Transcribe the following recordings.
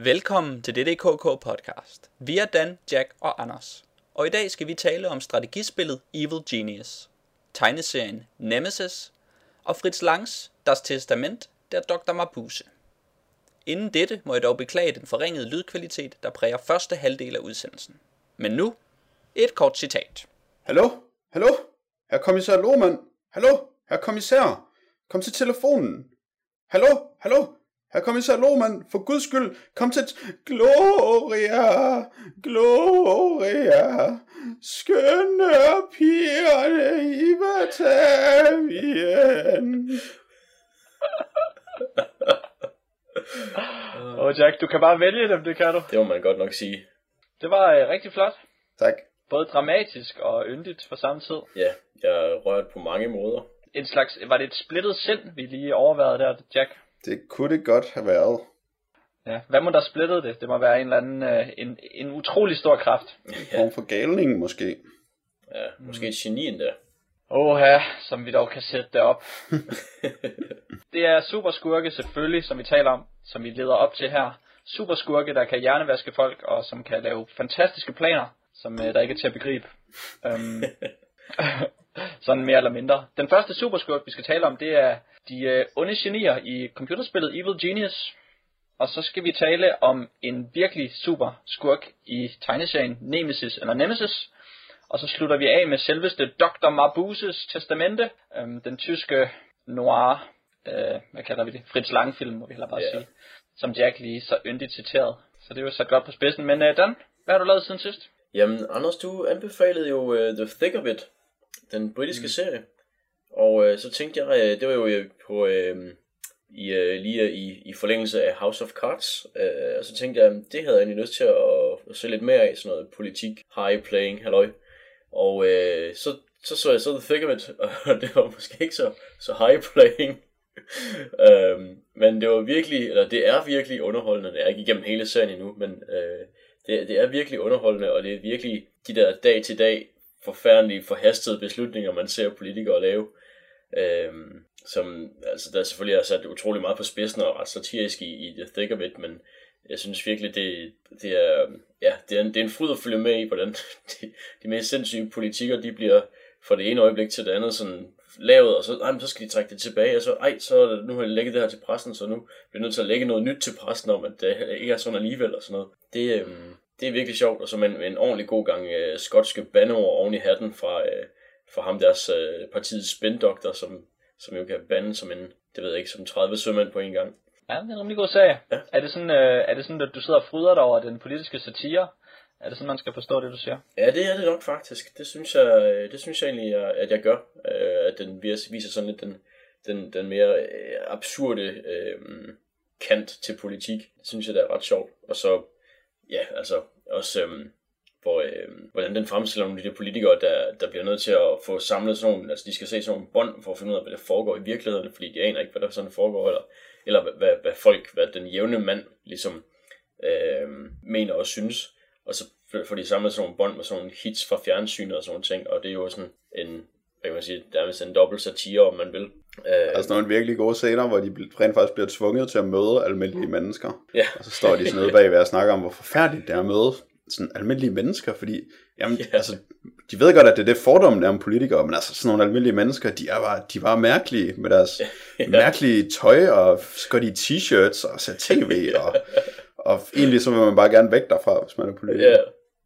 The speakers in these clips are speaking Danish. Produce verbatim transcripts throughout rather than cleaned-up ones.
Velkommen til D D K K podcast. Vi er Dan, Jack og Anders. Og i dag skal vi tale om strategispillet Evil Genius, tegneserien Nemesis og Fritz Langs Das Testament der doktor Mabuse. Inden dette må jeg dog beklage den forringede lydkvalitet, der præger første halvdel af udsendelsen. Men nu, et kort citat. Hallo? Hallo? Herr kommissær Lohmann? Hallo? Herr kommissær? Kom til telefonen. Hallo? Hallo? Herr kommissær Lohmann, for guds skyld, kom til t- Gloria, Gloria, skønne pigerne i Batavien. Åh oh Jack, du kan bare vælge dem, det kan du. Det må man godt nok sige. Det var øh, rigtig flot. Tak. Både dramatisk og yndigt på samme tid. Ja, jeg rørt på mange måder. En slags, var det et splittet sind, vi lige overvejede der, Jack? Det kunne det godt have været. Ja, hvad må der splittede det? Det må være en eller anden, øh, en, en utrolig stor kraft. En form for galning måske. Ja, måske et geni endda. Åh ja, som vi dog kan sætte det op. Det er superskurke selvfølgelig, som vi taler om, som vi leder op til her. Superskurke, der kan hjernevaske folk, og som kan lave fantastiske planer, som øh, der ikke er til at begribe. Um, sådan mere eller mindre. Den første superskurk, vi skal tale om, det er de øh, onde genier i computerspillet Evil Genius. Og så skal vi tale om en virkelig super skurk i tegneserien Nemesis eller Nemesis. Og så slutter vi af med selveste doktor Mabuses testamente, øhm, den tyske noir, øh, hvad kalder vi det, Fritz Lang film, må vi heller bare yeah. sige, som Jack lige så yndigt citeret. Så det er jo sat godt på spidsen. Men øh, Dan, hvad har du lavet siden sidst? Jamen, Anders, du anbefalede jo uh, The Thick of It, den britiske mm. serie. Og uh, så tænkte jeg, uh, det var jo uh, på, uh, i, uh, lige uh, i, i forlængelse af House of Cards. Uh, og så tænkte jeg, det havde jeg egentlig lyst til at, at se lidt mere af, sådan noget politik, high playing, halløj. Og øh, så, så så jeg så The Thick of It, og det var måske ikke så, så high playing. øhm, men det var virkelig, eller det er virkelig underholdende. Jeg er ikke igennem hele serien endnu, men øh, det, det er virkelig underholdende, og det er virkelig de der dag til dag forfærdelige, forhastede beslutninger, man ser politikere lave. Øhm, som, altså der selvfølgelig er sat utrolig meget på spidsen og ret satirisk i, i The Thick of It, men jeg synes virkelig, det, det er, ja, det er, en, det er en fryd at følge med i, hvordan de, de mest sindssyge politikker, de bliver fra det ene øjeblik til det andet sådan lavet, og så, ej, så skal de trække det tilbage, og så, ej, så nu har jeg lægget det her til pressen, så nu bliver jeg nødt til at lægge noget nyt til pressen om, at det ikke er sådan alligevel, og sådan noget. Det, øhm, det er virkelig sjovt, og så med en, en ordentlig god gang øh, skotske bandeord oven i hatten fra, øh, fra ham deres øh, partiets spindoktor, som, som jo kan bande som en, det ved jeg ikke, som tredive sømænd på en gang. Ja, det er en rimelig god sag. Ja. Er det sådan, øh, er det sådan, at du sidder og fryder dig over den politiske satire? Er det sådan, man skal forstå det, du siger? Ja, det er det nok faktisk. Det synes jeg, det synes jeg egentlig, at jeg gør. At den viser sådan lidt den, den, den mere absurde øh, kant til politik. Det synes jeg, det er ret sjovt. Og så, ja, altså også, øh, hvor, øh, hvordan den fremstiller nogle af de politikere, der, der bliver nødt til at få samlet sådan nogle, altså de skal se sådan nogle bånd for at finde ud af, hvad der foregår i virkeligheden, fordi de aner ikke, hvad der sådan foregår, eller eller hvad, hvad folk, hvad den jævne mand ligesom øh, mener og synes, og så får de samlet sådan nogle bånd med sådan nogle hits fra fjernsynet og sådan nogle ting, og det er jo sådan en, hvad kan man sige, der er en dobbelt satire, om man vil. Øh, altså nogle virkelig gode scener, hvor de rent faktisk bliver tvunget til at møde almindelige mennesker, ja. Og så står de sådan nede bagved og snakker om, hvor forfærdeligt det er at møde sådan almindelige mennesker, fordi jamen, ja. altså, de ved godt, at det er det fordommen er om politikere, men altså sådan nogle almindelige mennesker, de er bare, de er bare mærkelige med deres ja. mærkelige tøj, og så går de i t-shirts og ser tv, og, og egentlig så vil man bare gerne væk derfra, hvis man er politiker. Ja,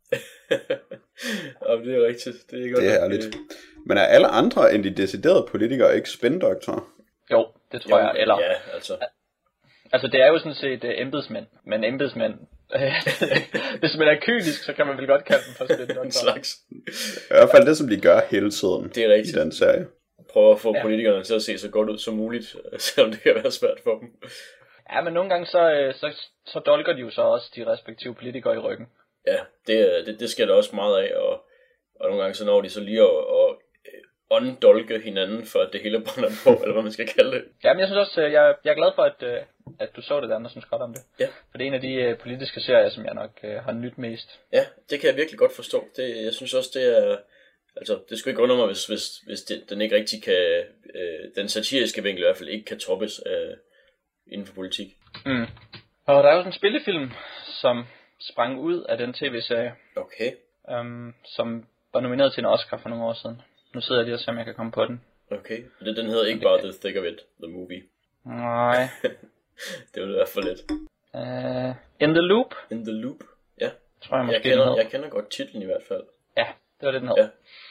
ja det er rigtigt. Det er, godt det er herligt. Men er alle andre end de deciderede politikere ikke spindoktorer? Jo, det tror jo, jeg, eller... Ja, altså... Altså det er jo sådan set uh, embedsmænd, men embedsmænd, hvis man er kynisk, så kan man vel godt kalde dem for spindoktorer. En slags. I hvert fald det, som de gør hele tiden. Det er rigtigt. I den serie. Prøver at få ja. politikerne til at se så godt ud som muligt, selvom det kan være svært for dem. Ja, men nogle gange så, så, så dolker de jo så også de respektive politikere i ryggen. Ja, det, det, det sker der også meget af, og, og nogle gange så når de så lige at, at ånddolke hinanden, for at det hele brænder på, eller hvad man skal kalde det. Ja, men jeg synes også, jeg, jeg er glad for, at, at du så det der, og synes godt om det. Ja. For det er en af de politiske serier, som jeg nok har nyt mest. Ja, det kan jeg virkelig godt forstå. Det, jeg synes også, det er... Altså, det skulle ikke undre mig, hvis, hvis, hvis det, den ikke rigtig kan... Øh, den satiriske vinkel i hvert fald ikke kan toppes øh, inden for politik. Mm. Og der er jo sådan en spillefilm, som sprang ud af den tv-serie, Okay. øhm, som var nomineret til en Oscar for nogle år siden. Nu sidder jeg lige og ser, om jeg kan komme på den. Okay. Den, den hedder ikke bare The Thick of It, the movie. Nej. Det ville være for lidt. Uh, In the Loop, In the Loop. Ja. tror jeg måske, Jeg den kender, hed. jeg kender godt titlen i hvert fald. Ja, det var det, den hed. Ja.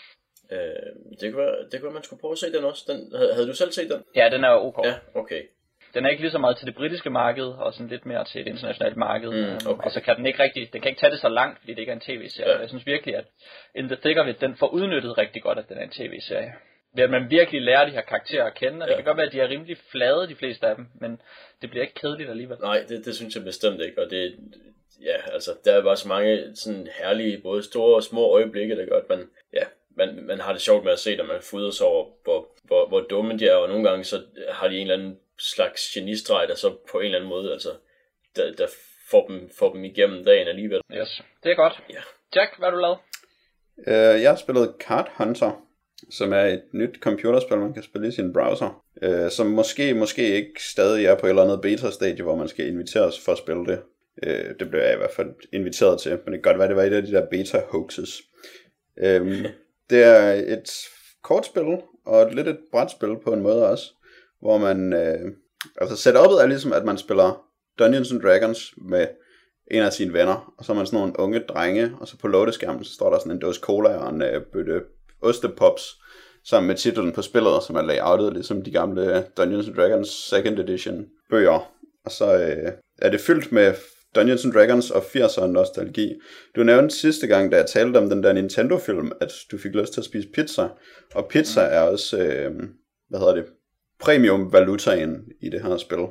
Øh, det kunne være, det kunne være, man skulle prøve at se den også. Den, havde, havde du selv set den? Ja, den er jo ok. Ja, okay. Den er ikke lige så meget til det britiske marked, og sådan lidt mere til et internationalt marked. Mm, øhm, okay. Og så kan den ikke rigtig, den kan ikke tage det så langt, fordi det ikke er en tv-serie. Ja. Jeg synes virkelig, at In the Thick of It, den får udnyttet rigtig godt, at den er en tv-serie. Ved at man virkelig lærer de her karakterer at kende, og Ja. det kan godt være, at de er rimelig flade, de fleste af dem, men det bliver ikke kedeligt alligevel. Nej, det, det synes jeg bestemt ikke, og det, ja, altså, der er bare så mange sådan herlige, både store og små øjeblikke, der gør, at man, ja, man, man har det sjovt med at se dem, man fryder sig over, hvor, hvor, hvor dumme de er, og nogle gange så har de en eller anden slags genistreg, der så på en eller anden måde, altså, der, der får, dem, får dem igennem dagen alligevel. Yes, det er godt. Ja. Jack, hvad har du lavet? Uh, jeg har spillet Card Hunter, som er et nyt computerspil, man kan spille i sin browser. Uh, som måske, måske ikke stadig er på et eller andet beta-stadie, hvor man skal inviteres for at spille det. Uh, det blev jeg i hvert fald inviteret til, men det kan godt være, det var et af de der beta-hoaxes. Um, det er et kortspil, og et lidt et brætspil på en måde også, hvor man, uh, altså setupet er ligesom, at man spiller Dungeons and Dragons med en af sine venner, og så er man sådan nogle unge drenge, og så på loadeskærmen, så står der sådan en dåse cola og en uh, bøtte ostepops, sammen med titlen på spillet, som er layoutet ligesom de gamle Dungeons and Dragons second edition bøger. Og så uh, er det fyldt med Dungeons and Dragons og firserne nostalgi. Du nævnte sidste gang, da jeg talte om den der Nintendo-film, at du fik lyst til at spise pizza, og pizza er også, uh, hvad hedder det, premium-valutaen i det her spil.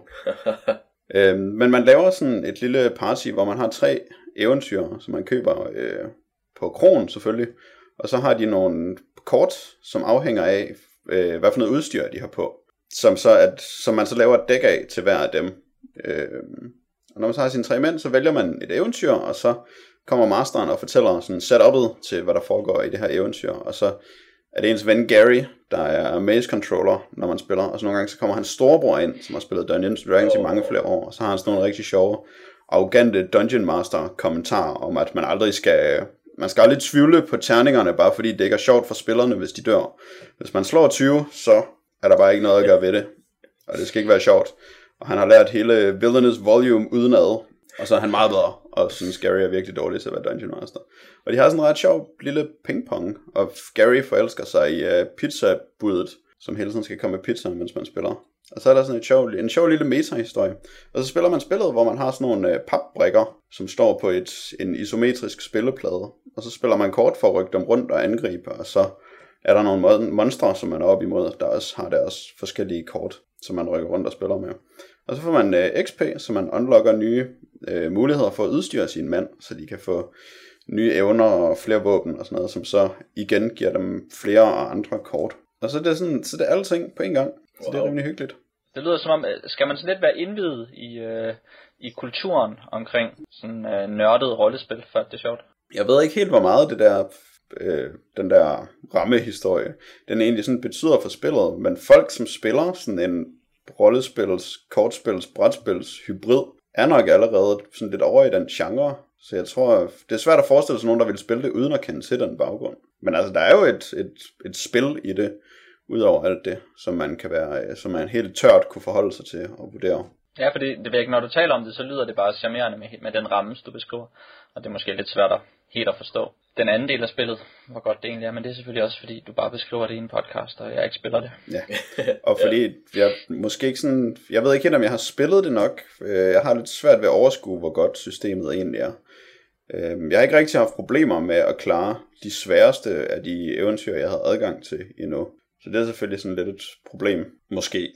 Øhm, men man laver sådan et lille party, hvor man har tre eventyr, som man køber øh, på kronen selvfølgelig. Og så har de nogle kort, som afhænger af, øh, hvad for noget udstyr de har på. Som, så at, som man så laver et dæk af til hver af dem. Øh, og når man så har sine tre mænd, så vælger man et eventyr, og så kommer masteren og fortæller sådan setupet til, hvad der foregår i det her eventyr. Og så er det ens ven Gary, der er maze controller, når man spiller. Og så nogle gange så kommer hans storebror ind, som har spillet Dungeons and Dragons oh. i mange flere år. Og så har han sådan nogle rigtig sjove, arrogante Dungeon Master kommentarer om, at man aldrig skal, man skal aldrig tvivle på terningerne, bare fordi det ikke er sjovt for spillerne, hvis de dør. Hvis man slår tyve, så er der bare ikke noget at gøre ved det. Og det skal ikke være sjovt. Og han har lært hele Villainous Volume udenad. Og så er han meget bedre, og synes Gary er virkelig dårlig til at være Dungeon Master. Og de har sådan en ret sjov lille pingpong, og Gary forelsker sig i uh, pizzabudet, som hele tiden skal komme med pizza, mens man spiller. Og så er der sådan et sjov, en sjov lille meta-historie. Og så spiller man spillet, hvor man har sådan nogle uh, papbrikker, som står på et, en isometrisk spilleplade. Og så spiller man kort for at rykke dem rundt og angribe, og så er der nogle monstre, som man er op imod, der også har deres forskellige kort, som man rykker rundt og spiller med. Og så får man uh, X P, så man unlocker nye uh, muligheder for at udstyre sine mænd, så de kan få nye evner og flere våben og sådan noget, som så igen giver dem flere og andre kort. Og så er det sådan, så det er alle ting på en gang. Så wow. Det er rimelig hyggeligt. Det lyder som om, skal man sådan lidt være indvidet i, øh, i kulturen omkring sådan øh, nørdet rollespil, for at det er sjovt? Jeg ved ikke helt, hvor meget det der, øh, den der rammehistorie, den egentlig sådan betyder for spillet, men folk, som spiller sådan en rollespils, kortspils, brætspils hybrid, er nok allerede sådan lidt over i den genre. Så jeg tror, det er svært at forestille sig nogen, der vil spille det, uden at kende til den baggrund. Men altså, der er jo et, et, et spil i det, udover alt det, som man kan være, som man helt tørt kunne forholde sig til og vurdere. Ja, fordi det ved ikke, når du taler om det, så lyder det bare charmerende med, med den ramme, du beskriver. Og det er måske lidt svært at helt at forstå. Den anden del af spillet, hvor godt det egentlig er, men det er selvfølgelig også, fordi du bare beskriver det i en podcast, og jeg ikke spiller det. Ja, og fordi jeg måske ikke sådan, jeg ved ikke helt, om jeg har spillet det nok. Jeg har lidt svært ved at overskue, hvor godt systemet egentlig er. Jeg har ikke rigtig haft problemer med at klare de sværeste af de eventyr, jeg havde adgang til endnu. Så det er selvfølgelig sådan lidt et problem, måske.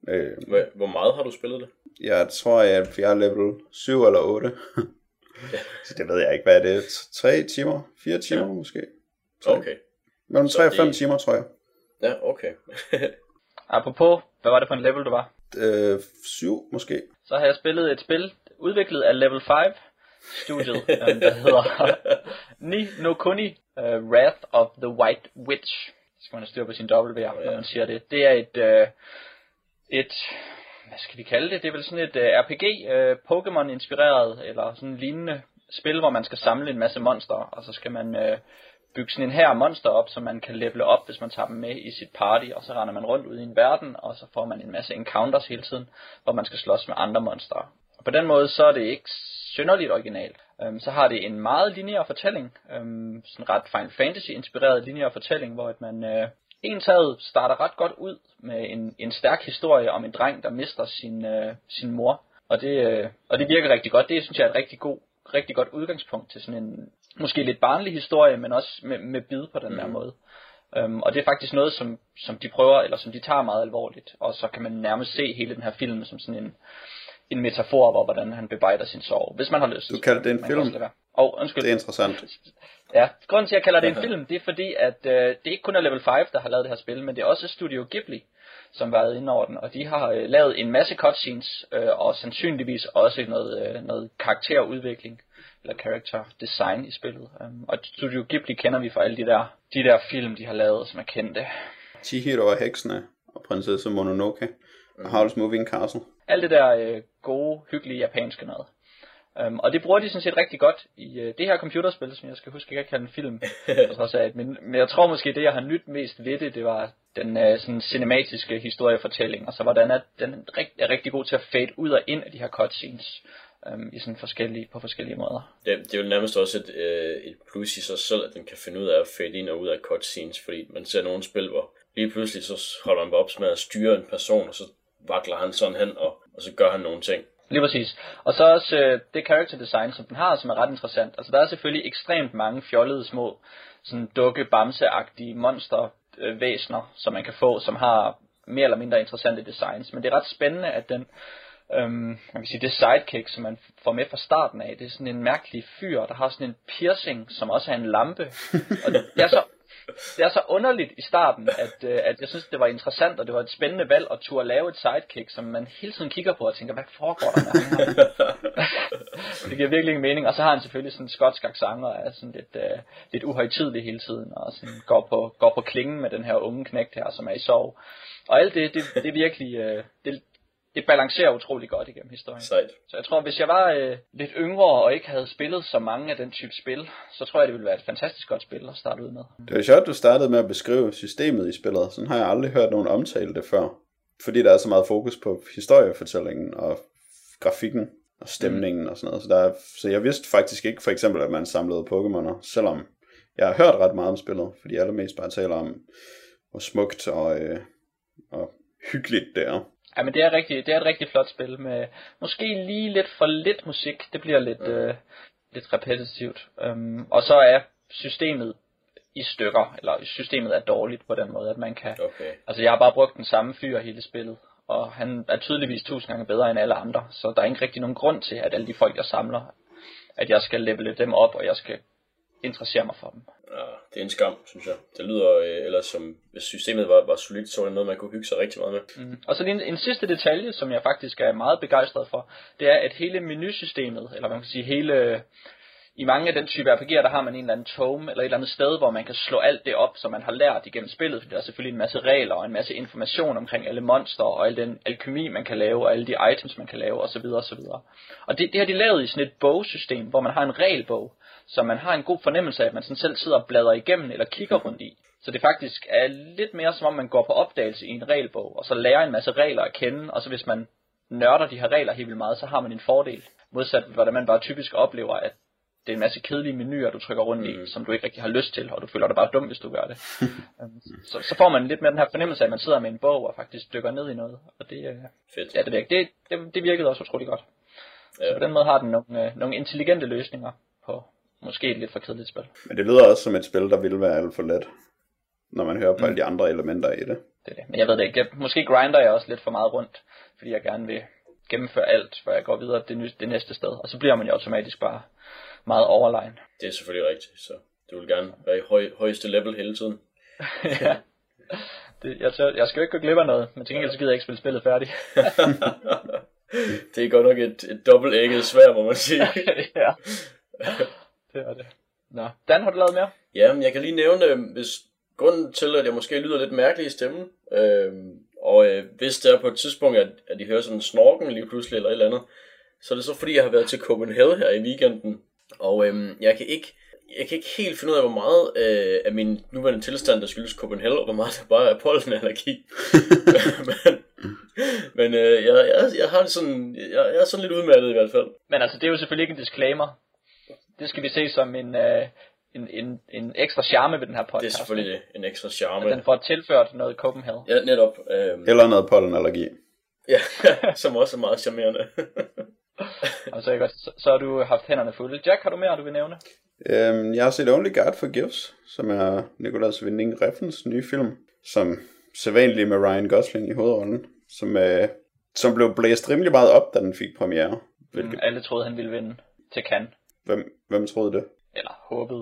Hvor meget har du spillet det? Jeg tror, at jeg er level syv eller otte. Ja. Så det ved jeg ikke, hvad er det? tre timer? fire timer ja. Måske? tre. Okay. Mellem tre og fem det... timer, tror jeg. Ja, okay. Apropos, hvad var det for en level, du var? Øh, syv, måske. Så har jeg spillet et spil, udviklet af Level fem studiet, der hedder Ni no Kuni, uh, Wrath of the White Witch. Så skal man have styr på sin W, ja. Når man siger det. Det er et, uh, et hvad skal vi kalde det? Det er vel sådan et uh, R P G, uh, Pokémon-inspireret, eller sådan lignende spil, hvor man skal samle en masse monster, og så skal man uh, bygge sådan en her monster op, som man kan levele op, hvis man tager dem med i sit party, og så render man rundt ud i en verden, og så får man en masse encounters hele tiden, hvor man skal slås med andre monstre. Og på den måde, så er det ikke synderligt originalt. Um, så har det en meget lineær fortælling, um, sådan ret Final Fantasy-inspireret lineær fortælling, hvor at man uh, entaget starter ret godt ud med en, en stærk historie om en dreng, der mister sin, uh, sin mor. Og det, uh, og det virker rigtig godt. Det synes jeg er et rigtig, god, rigtig godt udgangspunkt til sådan en måske lidt barnlig historie, men også med, med bid på den mm. der måde. Um, og det er faktisk noget, som, som de prøver, eller som de tager meget alvorligt. Og så kan man nærmest se hele den her film som sådan en en metafor hvor hvordan han bebrejder sin sorg, hvis man har lyst. Du kalder det en film? Åh, oh, undskyld. Det er interessant. Ja, grunden til at jeg kalder det en film, det er fordi at øh, det er ikke kun er Level fem der har lavet det her spil, men det er også Studio Ghibli, som var inde over den, og de har øh, lavet en masse cutscenes øh, og sandsynligvis også noget øh, noget karakterudvikling eller character design i spillet. Um, og Studio Ghibli kender vi fra alle de der de der film de har lavet, som er kendte. Chihiro og heksene og prinsesse Mononoke og Howl's Moving Castle. Alt det der øh, gode, hyggelige japanske noget. Um, og det bruger de sådan set rigtig godt i øh, det her computerspil, som jeg skal huske, jeg kan kalde en film. men, men jeg tror måske, det jeg har nydt mest ved det, det var den øh, sådan cinematiske historiefortælling. Og så hvordan at den er rigtig god til at fade ud og ind af de her cutscenes. Um, i sådan forskellige, på forskellige måder. Det, det er jo nærmest også et, øh, et plus i sig selv, at den kan finde ud af at fade ind og ud af cutscenes, fordi man ser nogle spil, hvor lige pludselig så holder man op med at styre en person, og så vakler han sådan hen, og, og så gør han nogle ting. Lige præcis. Og så også øh, det character design, som den har, som er ret interessant. Altså der er selvfølgelig ekstremt mange fjollede små, sådan dukke bamseagtige monster øh, væsner, som man kan få, som har mere eller mindre interessante designs. Men det er ret spændende, at den Øhm, man kan sige, det sidekick, som man får med fra starten af, det er sådan en mærkelig fyr, der har sådan en piercing, som også er en lampe. Og det er så, det er så underligt i starten, at, øh, at jeg synes, det var interessant, og det var et spændende valg at turde lave et sidekick, som man hele tiden kigger på og tænker, hvad foregår der med ham her? Det giver virkelig ingen mening. Og så har han selvfølgelig sådan en skotsk accent, og er sådan lidt, øh, lidt uhøjtidlig hele tiden, og sådan går på, går på klingen med den her unge knægt her, som er i sorg. Og alt det, det, det er virkelig... Øh, det, Det balancerer utrolig godt igennem historien. Sejt. Så jeg tror, hvis jeg var øh, lidt yngre og ikke havde spillet så mange af den type spil, så tror jeg, det ville være et fantastisk godt spil at starte ud med. Det er sjovt, du startede med at beskrive systemet i spillet. Sådan har jeg aldrig hørt nogen omtale det før. Fordi der er så meget fokus på historiefortællingen og grafikken og stemningen mm. og sådan noget. Så, der er, så jeg vidste faktisk ikke for eksempel, at man samlede Pokémoner, selvom jeg har hørt ret meget om spillet. Fordi alle mest bare taler om, hvor smukt og, øh, og hyggeligt det er. Ja, men det er, rigtig, det er et rigtig flot spil med måske lige lidt for lidt musik. Det bliver lidt, mm. øh, lidt repetitivt. Um, og så er systemet i stykker, eller systemet er dårligt på den måde, at man kan... Okay. Altså jeg har bare brugt den samme fyr hele spillet, og han er tydeligvis tusind gange bedre end alle andre, så der er ikke rigtig nogen grund til, at alle de folk, jeg samler, at jeg skal levele dem op, og jeg skal interessere mig for dem. Ja, det er en skam, synes jeg. Det lyder øh, ellers som, hvis systemet var, var solidt, så var det noget, man kunne hygge sig rigtig meget med. Mm. Og så en, en sidste detalje, som jeg faktisk er meget begejstret for, det er, at hele menusystemet, eller man kan sige hele... I mange af den type R P G'er, der har man en eller anden tome, eller et eller andet sted, hvor man kan slå alt det op, som man har lært igennem spillet, fordi der er selvfølgelig en masse regler, og en masse information omkring alle monster, og al den alkemi, man kan lave, og alle de items, man kan lave, osv. osv. Og det, det har de lavet i sådan et bogsystem, hvor man har en regelbog, så man har en god fornemmelse af, at man sådan selv sidder og bladrer igennem, eller kigger rundt i. Så det faktisk er lidt mere som om, man går på opdagelse i en regelbog, og så lærer en masse regler at kende, og så hvis man nørder de her regler helt vildt meget, så har man en fordel. Modsat, hvordan man bare typisk oplever, at det er en masse kedelige menuer, du trykker rundt i, mm. som du ikke rigtig har lyst til, og du føler dig bare dum, hvis du gør det. så, så får man lidt mere den her fornemmelse af, at man sidder med en bog og faktisk dykker ned i noget. Og det, Fedt. Ja, det, virker, det, det, det virkede også utrolig godt. Ja. Så på den måde har den nogle, øh, nogle intelligente løsninger på måske et lidt for kedeligt spil. Men det lyder også som et spil, der ville være alt for let, når man hører på mm. alle de andre elementer i det. Det er det. Men jeg ved det ikke. Jeg, måske grinder jeg også lidt for meget rundt, fordi jeg gerne vil gennemføre alt, før jeg går videre det, det næste sted. Og så bliver man jo automatisk bare meget overlegen. Det er selvfølgelig rigtigt, så du vil gerne være i høj, højeste level hele tiden. Ja, det, jeg, tør, jeg skal jo ikke gå glip af noget, men til gengæld så gider jeg ikke spille spillet færdigt. Det er godt nok et, et dobbeltægget sværd, må man sige. Ja, det er det. Nå, Dan, har du lavet mere? Ja, men jeg kan lige nævne, hvis grunden til, at jeg måske lyder lidt mærkelig i stemmen, øh, Og øh, hvis det er på et tidspunkt, at, at de hører sådan en snorken lige pludselig eller et eller andet, så er det så fordi, jeg har været til Copenhagen her i weekenden. Og øh, jeg kan ikke jeg kan ikke helt finde ud af, hvor meget øh, af min nuværende tilstand, der skyldes Copenhagen, og hvor meget der bare er pollenallergi. men men øh, jeg, jeg, jeg har det sådan, jeg, jeg er sådan lidt udmattet i hvert fald. Men altså, det er jo selvfølgelig ikke en disclaimer. Det skal vi se som en, øh, en, en, en ekstra charme ved den her podcast. Det er selvfølgelig en ekstra charme. At den får tilført noget Copenhagen. Ja, netop. Øh... Eller noget pollenallergi. Ja, som også er meget charmerende. Og så, er godt, så, så har du haft hænderne fulde. Jack, har du mere, du vil nævne? Øhm, jeg har set Only God Forgives, som er Nicolas Winding Refns nye film, som sædvanligt med Ryan Gosling i hovedrollen, som, øh, som blev blæst rimelig meget op, da den fik premiere. Hvilket... Mm, alle troede, han ville vinde til Cannes. Hvem, hvem troede det? Eller håbede.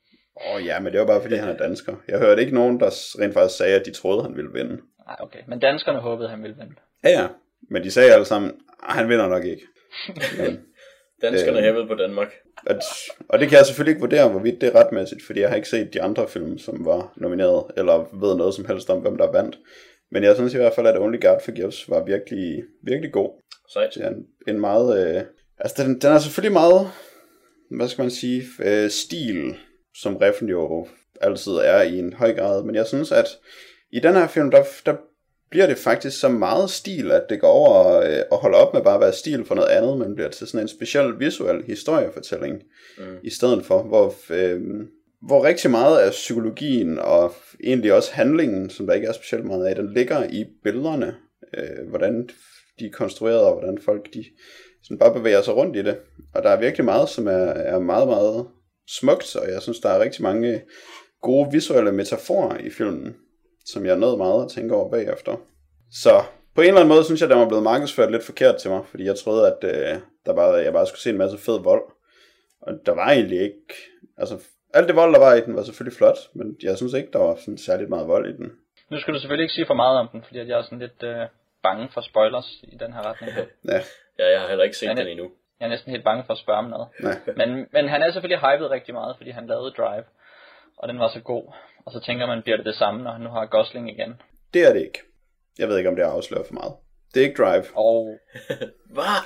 Åh oh, ja, men det var bare fordi han er dansker. Jeg hørte ikke nogen, der rent faktisk sagde, at de troede, han ville vinde. Nej, okay. Men danskerne håbede, han ville vinde. Ja, ja. Men de sagde alle sammen, han vinder nok ikke. Men, danskerne øh, hævede på Danmark. At, og det kan jeg selvfølgelig ikke vurdere, hvorvidt det er retmæssigt, fordi jeg har ikke set de andre film, som var nomineret, eller ved noget som helst om, hvem der vandt. Men jeg synes i hvert fald, at Only God Forgives var virkelig, virkelig god. Sejt. Det er en, en meget... Øh, altså, den, den er selvfølgelig meget, hvad skal man sige, øh, stil, som Refn jo altid er i en høj grad. Men jeg synes, at i den her film, der, der bliver det faktisk så meget stil, at det går over øh, og holder op med bare at være stil for noget andet, men bliver til sådan en speciel visuel historiefortælling mm. i stedet for, hvor, øh, hvor rigtig meget af psykologien og egentlig også handlingen, som der ikke er specielt meget af, den ligger i billederne, øh, hvordan de er konstrueret, og hvordan folk de sådan bare bevæger sig rundt i det. Og der er virkelig meget, som er, er meget, meget smukt, og jeg synes, der er rigtig mange gode visuelle metaforer i filmen, som jeg nød meget at tænke over bagefter. Så på en eller anden måde synes jeg, at den var blevet markedsført lidt forkert til mig, fordi jeg troede, at øh, der bare, jeg bare skulle se en masse fed vold. Og der var egentlig ikke... Altså, alt det vold, der var i den, var selvfølgelig flot, men jeg synes ikke, der var sådan særligt meget vold i den. Nu skal du selvfølgelig ikke sige for meget om den, fordi jeg er sådan lidt øh, bange for spoilers i den her retning. Ja. Ja, jeg har heller ikke set den endnu. Jeg er næsten helt bange for at spørge om noget. Nej. Men, men han er selvfølgelig hypet rigtig meget, fordi han lavede Drive, og den var så god. Og så tænker man, bliver det det samme, når han nu har Gosling igen? Det er det ikke. Jeg ved ikke, om det er afsløret for meget. Det er ikke Drive. Og... Hvad?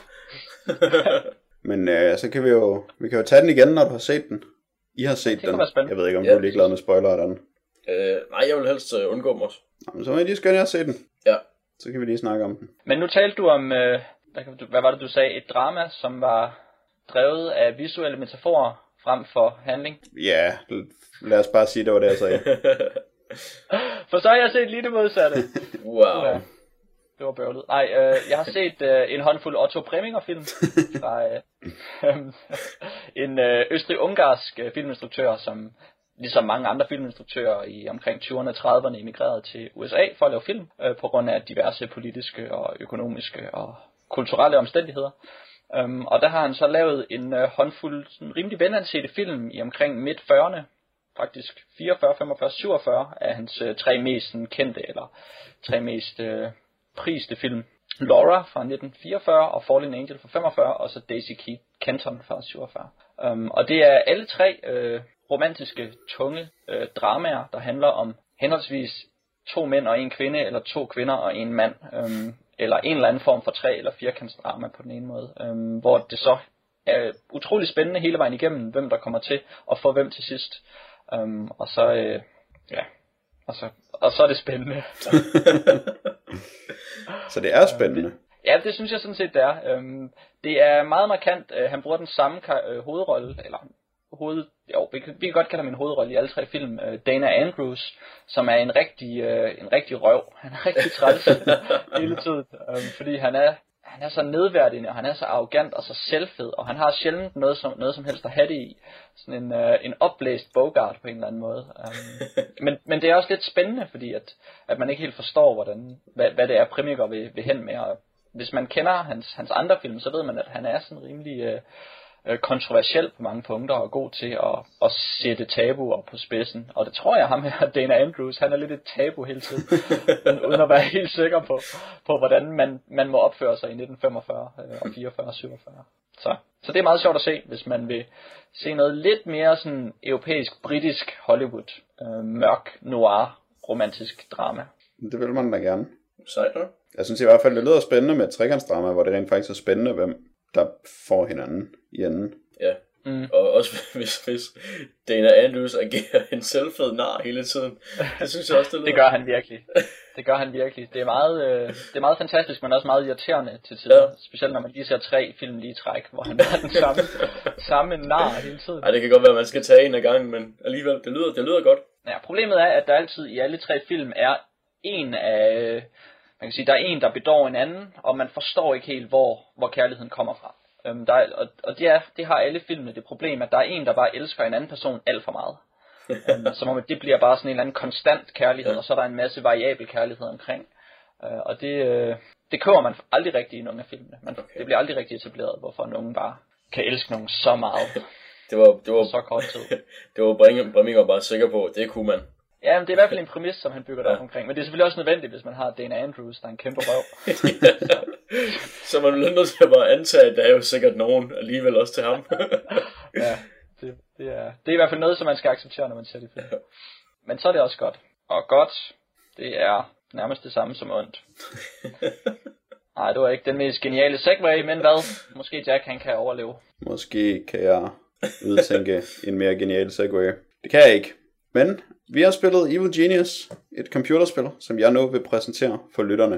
Men øh, så kan vi jo vi kan jo tage den igen, når du har set den. I har set den. Jeg ved ikke, om ja. Du er ligeglad med spoiler af den. Øh, nej, jeg vil helst uh, undgå dem også. Nå, men så må I lige skynde jer at se den. Ja. Så kan vi lige snakke om den. Men nu talte du om, øh, hvad, hvad var det du sagde, et drama, som var drevet af visuelle metaforer frem for handling? Ja, lad os bare sige, det var det, jeg sagde. For så har jeg set lige det modsatte. Wow. Ja, det var bøvlet. Nej, øh, jeg har set øh, en håndfuld Otto Preminger film fra øh, øh, en øh, østrig-ungarsk øh, filminstruktør, som ligesom mange andre filminstruktører i omkring tyverne og trediverne emigrerede til U S A for at lave film, øh, på grund af diverse politiske og økonomiske og kulturelle omstændigheder. Um, og der har han så lavet en øh, håndfuld sådan rimelig venansete film i omkring midt fyrrerne, faktisk fireogfyrre, femogfyrre, syvogfyrre af hans øh, tre mest sådan, kendte eller tre mest øh, priste film. Laura fra nitten fireogfyrre og Fallen Angel fra femogfyrre, og så Daisy Keith Kenton fra syvogfyrre. Um, og det er alle tre øh, romantiske, tunge øh, dramaer, der handler om henholdsvis to mænd og en kvinde, eller to kvinder og en mand, øhm, eller en eller anden form for tre- eller firkantsdrama på den ene måde, øhm, hvor det så er utrolig spændende hele vejen igennem, hvem der kommer til, og for hvem til sidst. Øhm, og så, øh, ja, og så, og så er det spændende. Så det er spændende? Ja, det synes jeg sådan set, det er. Øhm, det er meget markant. Øh, han bruger den samme øh, hovedrolle, eller hoved, jo, vi kan, vi kan godt kalde ham en hovedrolle i alle tre film, øh, Dana Andrews, som er en rigtig, øh, en rigtig røv. Han er rigtig træls hele tiden, øh, fordi han er, han er så nedværdigende, og han er så arrogant og så selvfed, og han har sjældent noget som, noget som helst at have det i. Sådan en, øh, en opblæst Bogart på en eller anden måde. Um, men, men det er også lidt spændende, fordi at, at man ikke helt forstår, hvordan, hvad, hvad det er, Preminger vil, vil hen med. Og hvis man kender hans, hans andre film, så ved man, at han er sådan rimelig... Øh, kontroversiel på mange punkter og god til at, at sætte tabuer på spidsen. Og det tror jeg ham her, Dana Andrews, han er lidt et tabu hele tiden, uden at være helt sikker på, på hvordan man, man må opføre sig i nitten femogfyrre og fireogfyrre og syvogfyrre. Så, så det er meget sjovt at se, hvis man vil se noget lidt mere sådan europæisk, britisk Hollywood, øh, mørk, noir, romantisk drama. Det vil man da gerne. Sejt nok. Jeg synes i hvert fald, det lyder spændende med et trekantsdrama, hvor det rent faktisk er spændende, hvem der får hinanden i enden. Ja, mm. og også hvis, hvis Dana Andrews agerer en selvfed nar hele tiden. Det synes jeg også, det lyder. Det gør han virkelig. Det gør han virkelig. Det er meget, øh, det er meget fantastisk, men også meget irriterende til tider. Ja. Specielt når man lige ser tre film lige i træk, hvor han er den samme, samme nar hele tiden. Ej, det kan godt være, at man skal tage en af gangen, men alligevel, det lyder, det lyder godt. Ja, problemet er, at der altid i alle tre film er en af, man kan sige, der er en, der bedår en anden, og man forstår ikke helt, hvor, hvor kærligheden kommer fra. Øhm, der er, og og det, er, det har alle filmene det problem, at der er en, der bare elsker en anden person alt for meget. øhm, som om det bliver bare sådan en eller anden konstant kærlighed, ja. Og så er der en masse variabel kærlighed omkring. Øh, og det, øh, det køber man aldrig rigtigt i nogle af filmene. Man, okay. Det bliver aldrig rigtig etableret, hvorfor nogen bare kan elske nogen så meget. det var, det var, så kort tid. Det var Breminger bare sikker på, det kunne man. Ja, men det er i hvert fald en præmis, som han bygger derop omkring. Men det er selvfølgelig også nødvendigt, hvis man har Dana Andrews, der er en kæmpe røv. så. så man er nødt til at bare antage, at der er jo sikkert nogen alligevel også til ham. ja, det, det, er, det er i hvert fald noget, som man skal acceptere, når man ser det film. Men så er det også godt. Og godt, det er nærmest det samme som ondt. Nej, det var ikke den mest geniale segway, men hvad? Måske Jack, han kan overleve. Måske kan jeg udtænke en mere genial segway. Det kan jeg ikke. Men vi har spillet Evil Genius, et computerspil, som jeg nu vil præsentere for lytterne.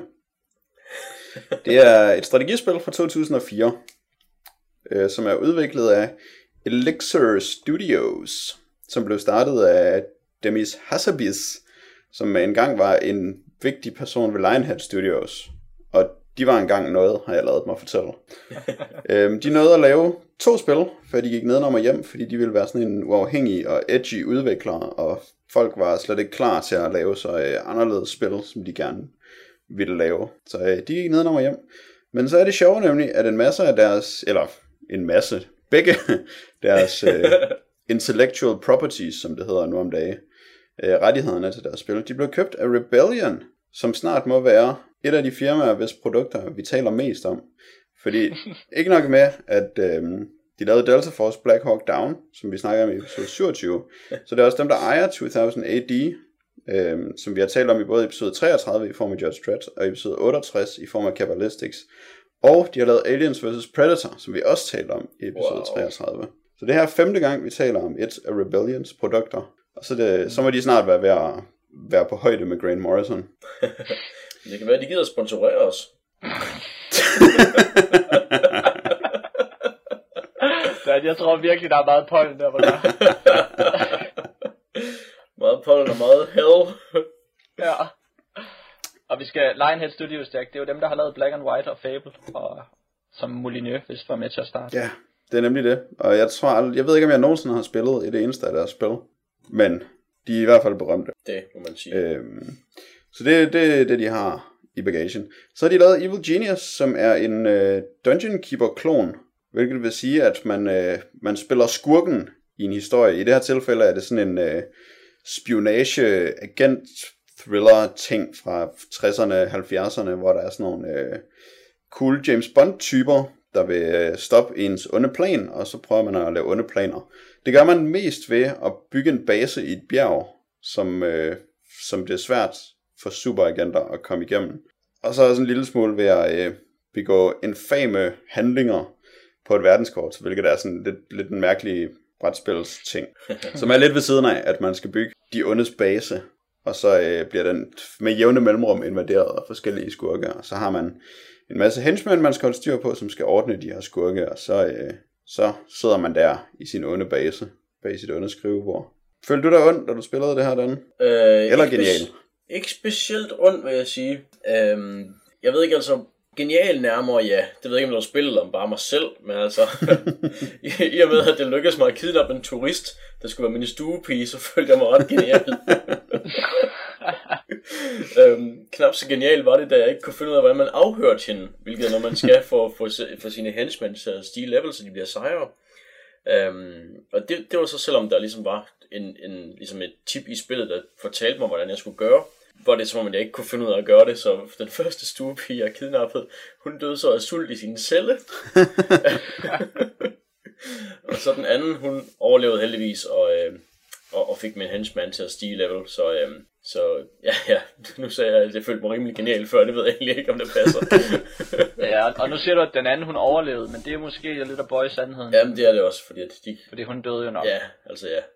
Det er et strategispil fra to tusind og fire, øh, som er udviklet af Elixir Studios, som blev startet af Demis Hassabis, som engang var en vigtig person ved Lionhead Studios. Og de var engang noget, har jeg lavet mig fortælle. øhm, de nåede at lave to spil, før de gik nedenom og hjem, fordi de ville være sådan en uafhængig og edgy udvikler, og folk var slet ikke klar til at lave så øh, anderledes spil, som de gerne ville lave. Så øh, de gik nedenom og hjem. Men så er det sjovt nemlig, at en masse af deres, eller en masse, begge deres øh, intellectual properties, som det hedder nu om dage, øh, rettighederne til deres spil, de blev købt af Rebellion, som snart må være et af de firmaer, hvis produkter vi taler mest om. Fordi ikke nok med, at øhm, de lavede Delta Force Black Hawk Down, som vi snakker om i episode syvogtyve, så det er også dem, der ejer to tusind A D, øhm, som vi har talt om i både episode treogtredive i form af Judge Dredd, og episode otteogtres i form af Cabalistics. Og de har lavet Aliens versus. Predator, som vi også talte om i episode wow. treogtredive. Så det her er femte gang, vi taler om et af Rebellions produkter. Og så, det, så må de snart være ved at være på højde med Grant Morrison. Det kan være, at de gider at sponsorere os. Jeg tror virkelig, der er meget pollen der, hvor der er. Meget pollen og meget hell. Ja. Og vi skal Lionhead Studios, Jack. Det er jo dem, der har lavet Black and White og Fable, og som Molyneux vist var med til at starte. Ja, det er nemlig det. Og jeg tror aldrig, jeg ved ikke, om jeg nogensinde har spillet i det eneste af deres spil. Men de er i hvert fald berømte. Det må man sige. Øhm, så det er det, det, de har i bagagen. Så har de lavet Evil Genius, som er en øh, Dungeon Keeper-klon. Hvilket vil sige, at man, øh, man spiller skurken i en historie. I det her tilfælde er det sådan en øh, spionage-agent-thriller-ting fra tresserne, halvfjerdserne, hvor der er sådan nogle øh, cool James Bond-typer, der vil øh, stoppe ens onde plan, og så prøver man at lave onde planer. Det gør man mest ved at bygge en base i et bjerg, som, øh, som det er svært for superagenter at komme igennem. Og så er sådan en lille smule ved at øh, begå infame handlinger på et verdenskort, hvilket er sådan lidt, lidt en mærkelig brætspils ting, som er lidt ved siden af, at man skal bygge de ondes base, og så øh, bliver den med jævne mellemrum invaderet af forskellige skurke, og så har man en masse henchmen, man skal holde styr på, som skal ordne de her skurke, og så, øh, så sidder man der i sin onde base, bag sit onde skrivebord. Følte du dig ondt, da du spillede det her, Dan? Øh, Eller genial? Spe- ikke specielt ondt, vil jeg sige. Øhm, jeg ved ikke, altså, genial nærmere, ja. Det ved jeg ikke, om det var spillet om bare mig selv, men altså, i, i og med, at det lykkedes mig at kidnappe en turist, der skulle være min stuepige, så følte jeg mig ret genial. øhm, knap så genial var det, da jeg ikke kunne finde ud af, hvordan man afhørte hende, hvilket er noget, man skal for, for, for sine henchmen til at stige level, så de bliver sejre. Øhm, og det, det var så, selvom der ligesom var en, en, ligesom et tip i spillet, der fortalte mig, hvordan jeg skulle gøre, var det som om, jeg ikke kunne finde ud af at gøre det, så den første stuepige, jeg kidnappede, hun døde så af sult i sin celle. Og så den anden, hun overlevede heldigvis, og, øh, og, og fik min henchman til at stige level, så, øhm, så ja, ja, nu sagde jeg, at jeg følte mig rimelig genial før, det ved jeg egentlig ikke, om det passer. Ja, og nu siger du, at den anden hun overlevede, men det er måske lidt at bøje sandheden. Jamen, det er det også, fordi at de... Fordi hun døde jo nok. Ja, altså ja.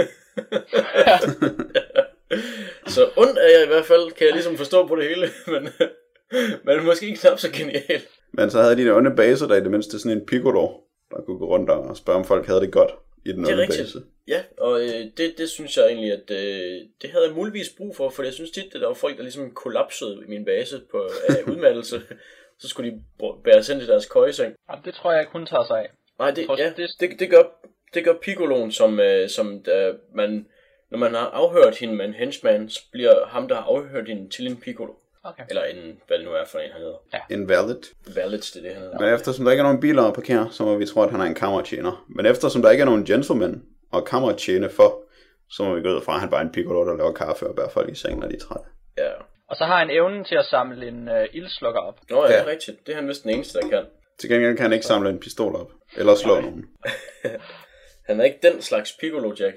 Så ondt er jeg i hvert fald, kan jeg ligesom forstå på det hele, men, men måske ikke knap så genial. Men så havde de der onde baser, der i det mindste sådan en piccolo, der kunne gå rundt og spørge, om folk havde det godt i den onde base. Ja, og øh, det, det synes jeg egentlig, at øh, det havde jeg muligvis brug for, for jeg synes tit, at der var folk, der ligesom kollapsede i min base på af udmattelse. Så skulle de bære sendt i deres køjeseng. Jamen, det tror jeg ikke, hun tager sig af. Nej, det, ja, det, det, gør, det gør Piccoloen, som, øh, som da man, når man har afhørt hende med en henchman, så bliver ham, der har afhørt hende, til en Piccolo. Okay. Eller en, hvad det nu er for en, han hedder. Ja. En valet. Valet, det er det, han hedder. Men eftersom der ikke er nogen biler at parkere, så må vi tro, at han er en kammertjener. Men eftersom der ikke er nogen gentleman og kammertjene for, så må vi gå ud fra, at han bare er en Piccolo, der laver kaffe og bærer folk i seng, når de er trætte. Ja. Og så har han evnen til at samle en øh, ildslukker op. Nå ja, det er rigtigt. Det er han vist den eneste, der kan. Til gengæld kan han ikke samle en pistol op. Eller slå Nej. nogen. Han er ikke den slags Piccolo, Jack.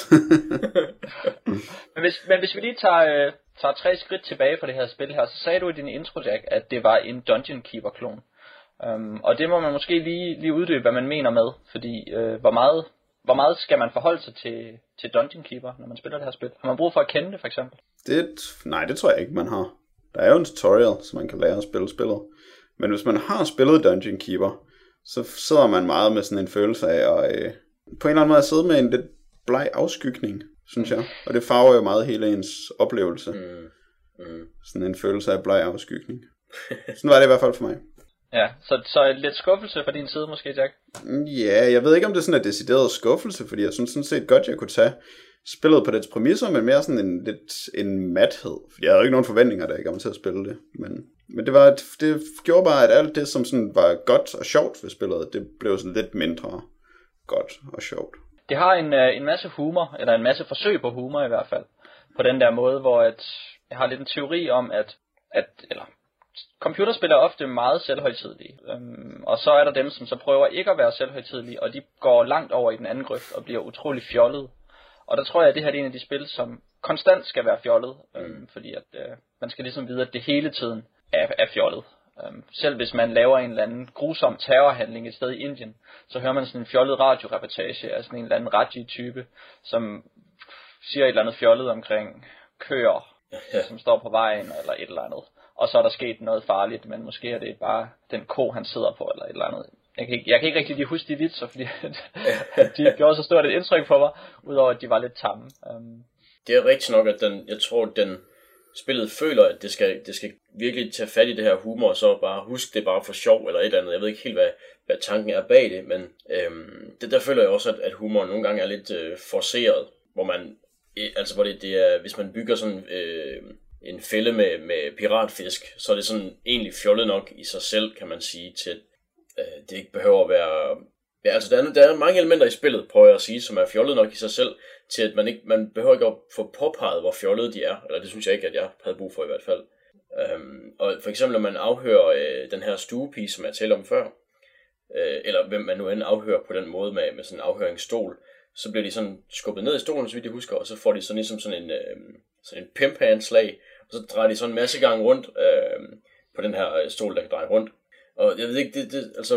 men, hvis, men hvis vi lige tager, øh, tager tre skridt tilbage på det her spil her, så sagde du i din intro, Jack, at det var en Dungeon Keeper-klon. Um, og det må man måske lige, lige uddybe, hvad man mener med. Fordi øh, hvor, meget, hvor meget skal man forholde sig til, til Dungeon Keeper, når man spiller det her spil? Har man brug for at kende det, for eksempel? Det, nej, det tror jeg ikke, man har. Der er jo en tutorial, så man kan lære at spille spillet. Men hvis man har spillet Dungeon Keeper, så sidder man meget med sådan en følelse af at øh, på en eller anden måde at sidde med en lidt bleg afskygning, synes jeg. Og det farver jo meget hele ens oplevelse. Mm. Mm. Sådan en følelse af bleg afskygning. Sådan var det i hvert fald for mig. Ja, så, så lidt skuffelse fra din side måske, Jack? Ja, jeg ved ikke, om det er sådan en decideret skuffelse, fordi jeg synes sådan set godt, jeg kunne tage spillet på dets præmisser, men mere sådan en lidt en mathed. Fordi jeg havde ikke nogen forventninger, da jeg kom til at spille det. Men, men det, var, det gjorde bare, at alt det, som sådan var godt og sjovt ved spillet, det blev sådan lidt mindre godt og sjovt. Det har en, en masse humor, eller en masse forsøg på humor i hvert fald. På den der måde, hvor at, jeg har lidt en teori om, at, at eller, computerspil er ofte meget selvhøjtidelige. Øhm, og så er der dem, som så prøver ikke at være selvhøjtidelige, og de går langt over i den anden grøft og bliver utrolig fjollede. Og der tror jeg, at det her er en af de spil, som konstant skal være fjollet. Øhm, fordi at, øh, man skal ligesom vide, at det hele tiden er, er fjollet. Um, selv hvis man laver en eller anden grusom terrorhandling et sted i Indien, så hører man sådan en fjollet radioreportage af sådan en eller anden Raji-type, som siger et eller andet fjollet omkring køer, ja. som står på vejen eller et eller andet. Og så er der sket noget farligt, men måske er det bare den ko, han sidder på eller et eller andet. Jeg kan ikke, jeg kan ikke rigtig lige huske de vitser, fordi de gjorde så stort et indtryk på mig, udover at de var lidt tamme. Um, det er rigtigt nok, at den, jeg tror, den spillet føler, at det skal, det skal virkelig tage fat i det her humor, og så bare huske det bare for sjov, eller et eller andet. Jeg ved ikke helt, hvad, hvad tanken er bag det, men øhm, det, der føler jeg også, at, at humoren nogle gange er lidt øh, forceret, hvor man, øh, altså hvor det, det er, hvis man bygger sådan øh, en fælde med, med piratfisk, så er det sådan egentlig fjollet nok i sig selv, kan man sige, til øh, det ikke behøver at være... Ja, altså der er, der er mange elementer i spillet, prøver jeg at sige, som er fjollet nok i sig selv, til at man ikke man behøver ikke at få påpeget, hvor fjollede de er. Eller det synes jeg ikke, at jeg havde brug for i hvert fald. Øhm, og for eksempel, når man afhører øh, den her stuepige, som jeg talte om før, øh, eller hvem man nu end afhører på den måde med, med sådan en afhøringsstol, så bliver de sådan skubbet ned i stolen, så vidt jeg husker, og så får de sådan ligesom sådan en, øh, sådan en pimp-handslag, og så drejer de sådan en masse gange rundt øh, på den her stol, der kan dreje rundt. Og jeg ved ikke, det, det altså...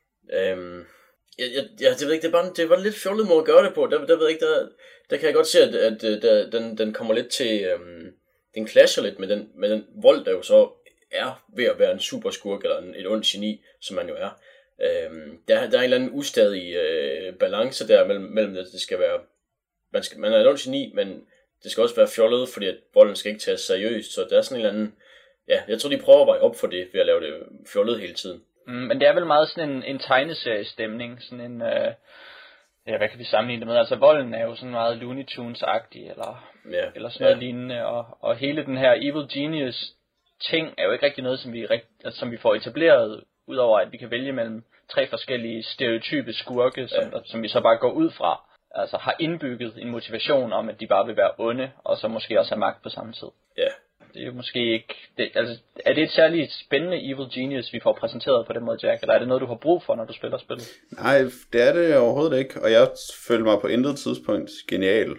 Øh, Jeg, jeg, jeg, det ved ikke, det, er bare, det var lidt fjollet måde at gøre det på. Der, der ved jeg ikke, der, der kan jeg godt se, at, at der, den, den kommer lidt til, øhm, den clasher lidt med den, med den vold, der jo så er ved at være en superskurk eller en, et ondt geni, som man jo er. Øhm, der, der er en eller anden ustadig øh, balance der mellem, mellem at det skal være, man, skal, man er et ondt geni, men det skal også være fjollet, fordi at volden skal ikke tages seriøst. Så der er sådan en eller anden, ja, jeg tror de prøver at veje op for det ved at lave det fjollet hele tiden. Mm, men det er vel meget sådan en, en tegneseriestemning, sådan en, øh, ja, hvad kan vi sammenligne det med? Altså volden er jo sådan meget Looney Tunes-agtig, eller, ja, eller sådan noget ja. lignende, og, og hele den her Evil Genius ting er jo ikke rigtig noget, som vi, altså, som vi får etableret, udover at vi kan vælge mellem tre forskellige stereotype skurke, som, ja. som vi så bare går ud fra, altså har indbygget en motivation om, at de bare vil være onde, og så måske også have magt på samme tid. Ja. Det er jo måske ikke... Det, altså, er det et særligt spændende Evil Genius, vi får præsenteret på den måde, Jack? Eller er det noget, du har brug for, når du spiller spillet? Nej, det er det overhovedet ikke. Og jeg følte mig på intet tidspunkt genial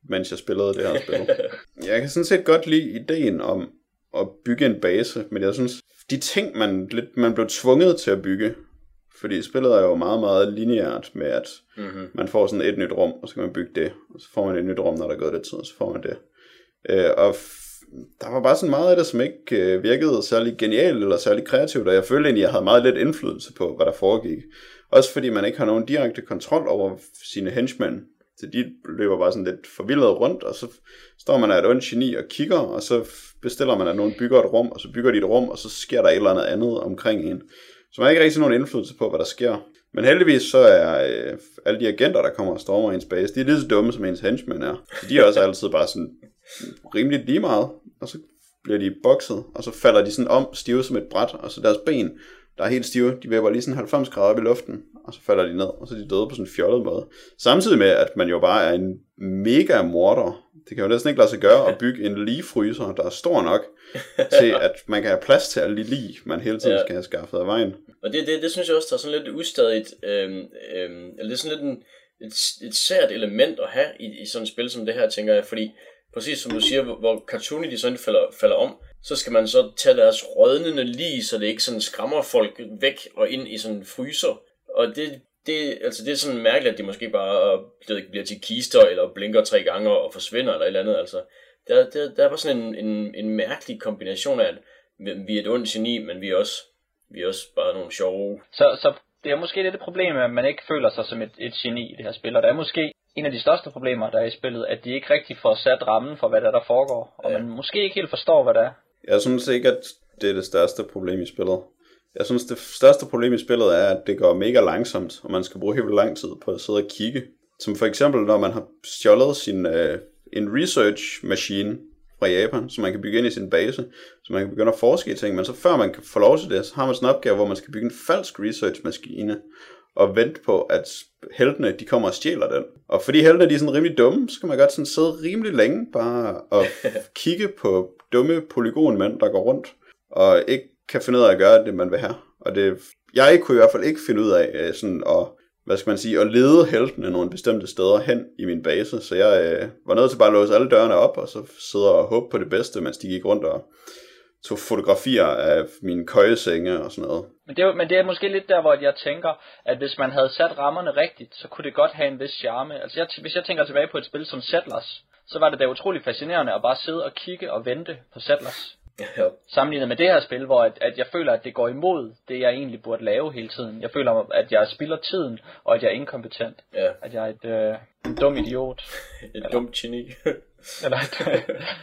mens jeg spillede det her spil. Jeg kan sådan set godt lide ideen om at bygge en base, men jeg synes, de ting, man, lidt, man blev tvunget til at bygge, fordi spillet er jo meget, meget lineært med, at mm-hmm. man får sådan et nyt rum, og så kan man bygge det, og så får man et nyt rum, når der er gået lidt tid, og så får man det. Øh, og f- der var bare sådan meget af det, som ikke øh, virkede særlig genialt eller særlig kreativt, og jeg følte egentlig, at jeg havde meget lidt indflydelse på, hvad der foregik. Også fordi man ikke har nogen direkte kontrol over sine henchmen. Så de løber bare sådan lidt forvildet rundt, og så står man af et ondt geni og kigger, og så bestiller man, at nogen bygger et rum, og så bygger de et rum, og så sker der et eller andet andet omkring en. Så man har ikke rigtig nogen indflydelse på, hvad der sker. Men heldigvis så er øh, alle de agenter, der kommer og stormer ens base, de er lige så dumme, som ens henchmen er. Så de er også altid bare sådan rimeligt lige meget, og så bliver de bokset, og så falder de sådan om, stive som et bræt, og så deres ben, der er helt stive, de vipper lige sådan halvfems grader op i luften, og så falder de ned, og så er de døde på sådan en fjollet måde. Samtidig med, at man jo bare er en mega morder. Det kan jo næsten ikke lade sig gøre at bygge en ligefryser, der er stor nok, til at man kan have plads til alle de lig, man hele tiden ja. skal have skaffet af vejen. Og det, det, det synes jeg også, der er sådan lidt ustadigt, øhm, øhm, eller det er sådan lidt en, et, et sært element at have i, i sådan et spil som det her, tænker jeg, fordi præcis som du siger, hvor, hvor cartoony de sådan falder, falder om, så skal man så tage deres rådnende lig, så det ikke sådan skræmmer folk væk og ind i sådan en fryser. Og det, det, altså det er sådan mærkeligt, at de måske bare det bliver til kister, eller blinker tre gange og forsvinder, eller et eller andet. Altså, der, der, der er bare sådan en, en, en mærkelig kombination af, at vi er et ondt geni, men vi er også, vi er også bare nogle sjove. Så, så det er måske lidt et problem, at man ikke føler sig som et, et geni i det her spil, og der er måske en af de største problemer, der er i spillet, at de ikke rigtig får sat rammen for, hvad der, der foregår, og ja. man måske ikke helt forstår, hvad det er. Jeg synes ikke, at det er det største problem i spillet. Jeg synes, det største problem i spillet er, at det går mega langsomt, og man skal bruge helt lang tid på at sidde og kigge. Som for eksempel, når man har stjålet sin, øh, en research machine fra Japan, som man kan bygge ind i sin base, så man kan begynde at forske i ting, men så før man kan få lov til det, så har man sådan en opgave, hvor man skal bygge en falsk research maskine, og vente på, at heltene, de kommer og stjæler den. Og fordi heltene, de er sådan rimelig dumme, så kan man godt sådan sidde rimelig længe bare og kigge på dumme polygonmænd, der går rundt, og ikke kan finde ud af at gøre det, man vil have. Og det, jeg kunne i hvert fald ikke finde ud af sådan at, hvad skal man sige, at lede heltene nogle bestemte steder hen i min base, så jeg øh, var nødt til bare at låse alle dørene op, og så sidde og håbe på det bedste, mens de gik rundt og tog fotografier af mine køjesenge og sådan noget. Men det, er, men det er måske lidt der, hvor jeg tænker, at hvis man havde sat rammerne rigtigt, så kunne det godt have en vis charme. Altså jeg, hvis jeg tænker tilbage på et spil som Settlers, så var det da utrolig fascinerende at bare sidde og kigge og vente på Settlers. Ja. Sammenlignet med det her spil, hvor at, at jeg føler, at det går imod det, jeg egentlig burde lave hele tiden. Jeg føler, at jeg spilder tiden, og at jeg er inkompetent. Ja. At jeg er et, øh, en dum idiot. Et eller, dumt geni. eller et,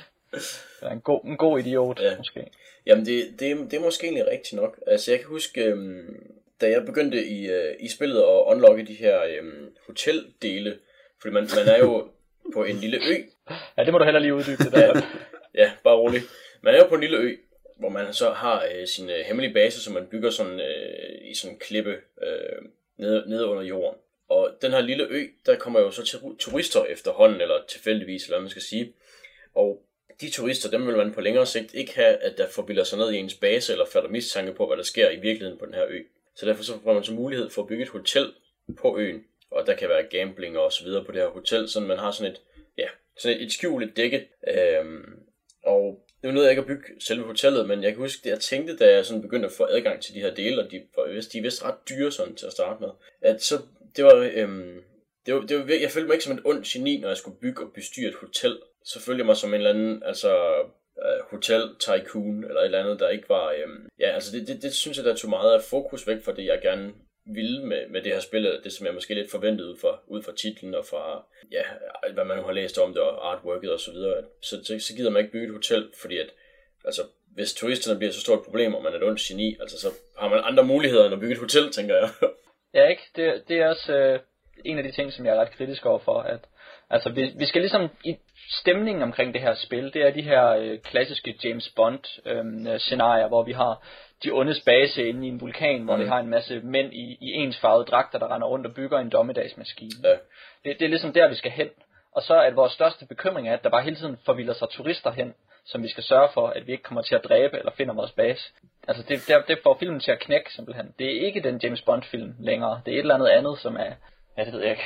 eller en, god, en god idiot, ja. Måske. Jamen, det, det, det er måske egentlig rigtigt nok. Altså, jeg kan huske, øhm, da jeg begyndte i, øh, i spillet at unlocke de her øhm, hoteldele, fordi man, man er jo på en lille ø. Ja, det må du heller lige uddybe det der. ja, ja, bare roligt. Man er jo på en lille ø, hvor man så har øh, sin øh, hemmelige base, som man bygger sådan, øh, i sådan en klippe øh, nede, nede under jorden. Og den her lille ø, der kommer jo så til turister efterhånden, eller tilfældigvis, eller hvad man skal sige. Og de turister, dem vil man på længere sigt ikke have, at der forbilder sig ned i ens base, eller falder mistanke på, hvad der sker i virkeligheden på den her ø. Så derfor så får man så mulighed for at bygge et hotel på øen, og der kan være gambling og så videre på det her hotel, så man har sådan et, ja, sådan et, et skjulet dække. Øhm, og det var noget, jeg ikke at bygge selve hotellet, men jeg kan huske, det jeg tænkte, da jeg sådan begyndte at få adgang til de her dele, og de, de er vist ret dyre sådan til at starte med, at så, det var, øhm, det var, det var, jeg følte mig ikke som et ondt geni, når jeg skulle bygge og bestyre et hotel. Så følte jeg mig som en eller anden, altså, uh, hotel tycoon, eller et eller andet, der ikke var, øhm, ja, altså det, det, det synes jeg, der tog meget af fokus væk fra det, jeg gerne ville med, med det her spil, det som jeg måske lidt forventede ud fra, ud fra titlen, og fra, ja, hvad man nu har læst om det, og artworket og så videre. Så, så, så gider man ikke bygge et hotel, fordi at, altså, hvis turisterne bliver så stort et problem, og man er et ondt geni, altså, så har man andre muligheder end at bygge et hotel, tænker jeg. Ja, ikke? Det, det er også øh, en af de ting, som jeg er ret kritisk over for, at altså, vi, vi skal ligesom, i stemningen omkring det her spil, det er de her øh, klassiske James Bond øh, scenarier, hvor vi har de ondes base inde i en vulkan, hvor mm. vi har en masse mænd i, i ensfarvede dragter, der render rundt og bygger en dommedagsmaskine. Ja. Det, det er ligesom der, vi skal hen. Og så er vores største bekymring, at der bare hele tiden forvilder sig turister hen, som vi skal sørge for, at vi ikke kommer til at dræbe eller finder vores base. Altså det, det, det får filmen til at knække simpelthen. Det er ikke den James Bond film længere. Det er et eller andet andet, som er, ja, det ved jeg ikke.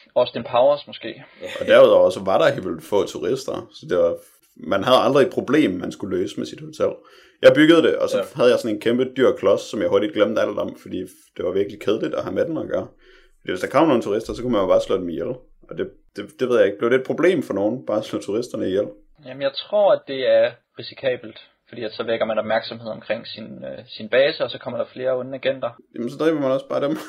Austin Powers måske. Og derudover så var der helt vildt få turister, så det var, man havde aldrig et problem, man skulle løse med sit hotel. Jeg byggede det, og så ja. havde jeg sådan en kæmpe dyr klods, som jeg hurtigt glemte alt om, fordi det var virkelig kedeligt at have med den at gøre. Fordi hvis der kom nogle turister, så kunne man jo bare slå dem ihjel. Og det, det, det ved jeg ikke, blev det et problem for nogen, bare at slå turisterne ihjel? Jamen jeg tror, at det er risikabelt, fordi at så vækker man opmærksomhed omkring sin, øh, sin base, og så kommer der flere onde agenter. Jamen så driver man også bare dem.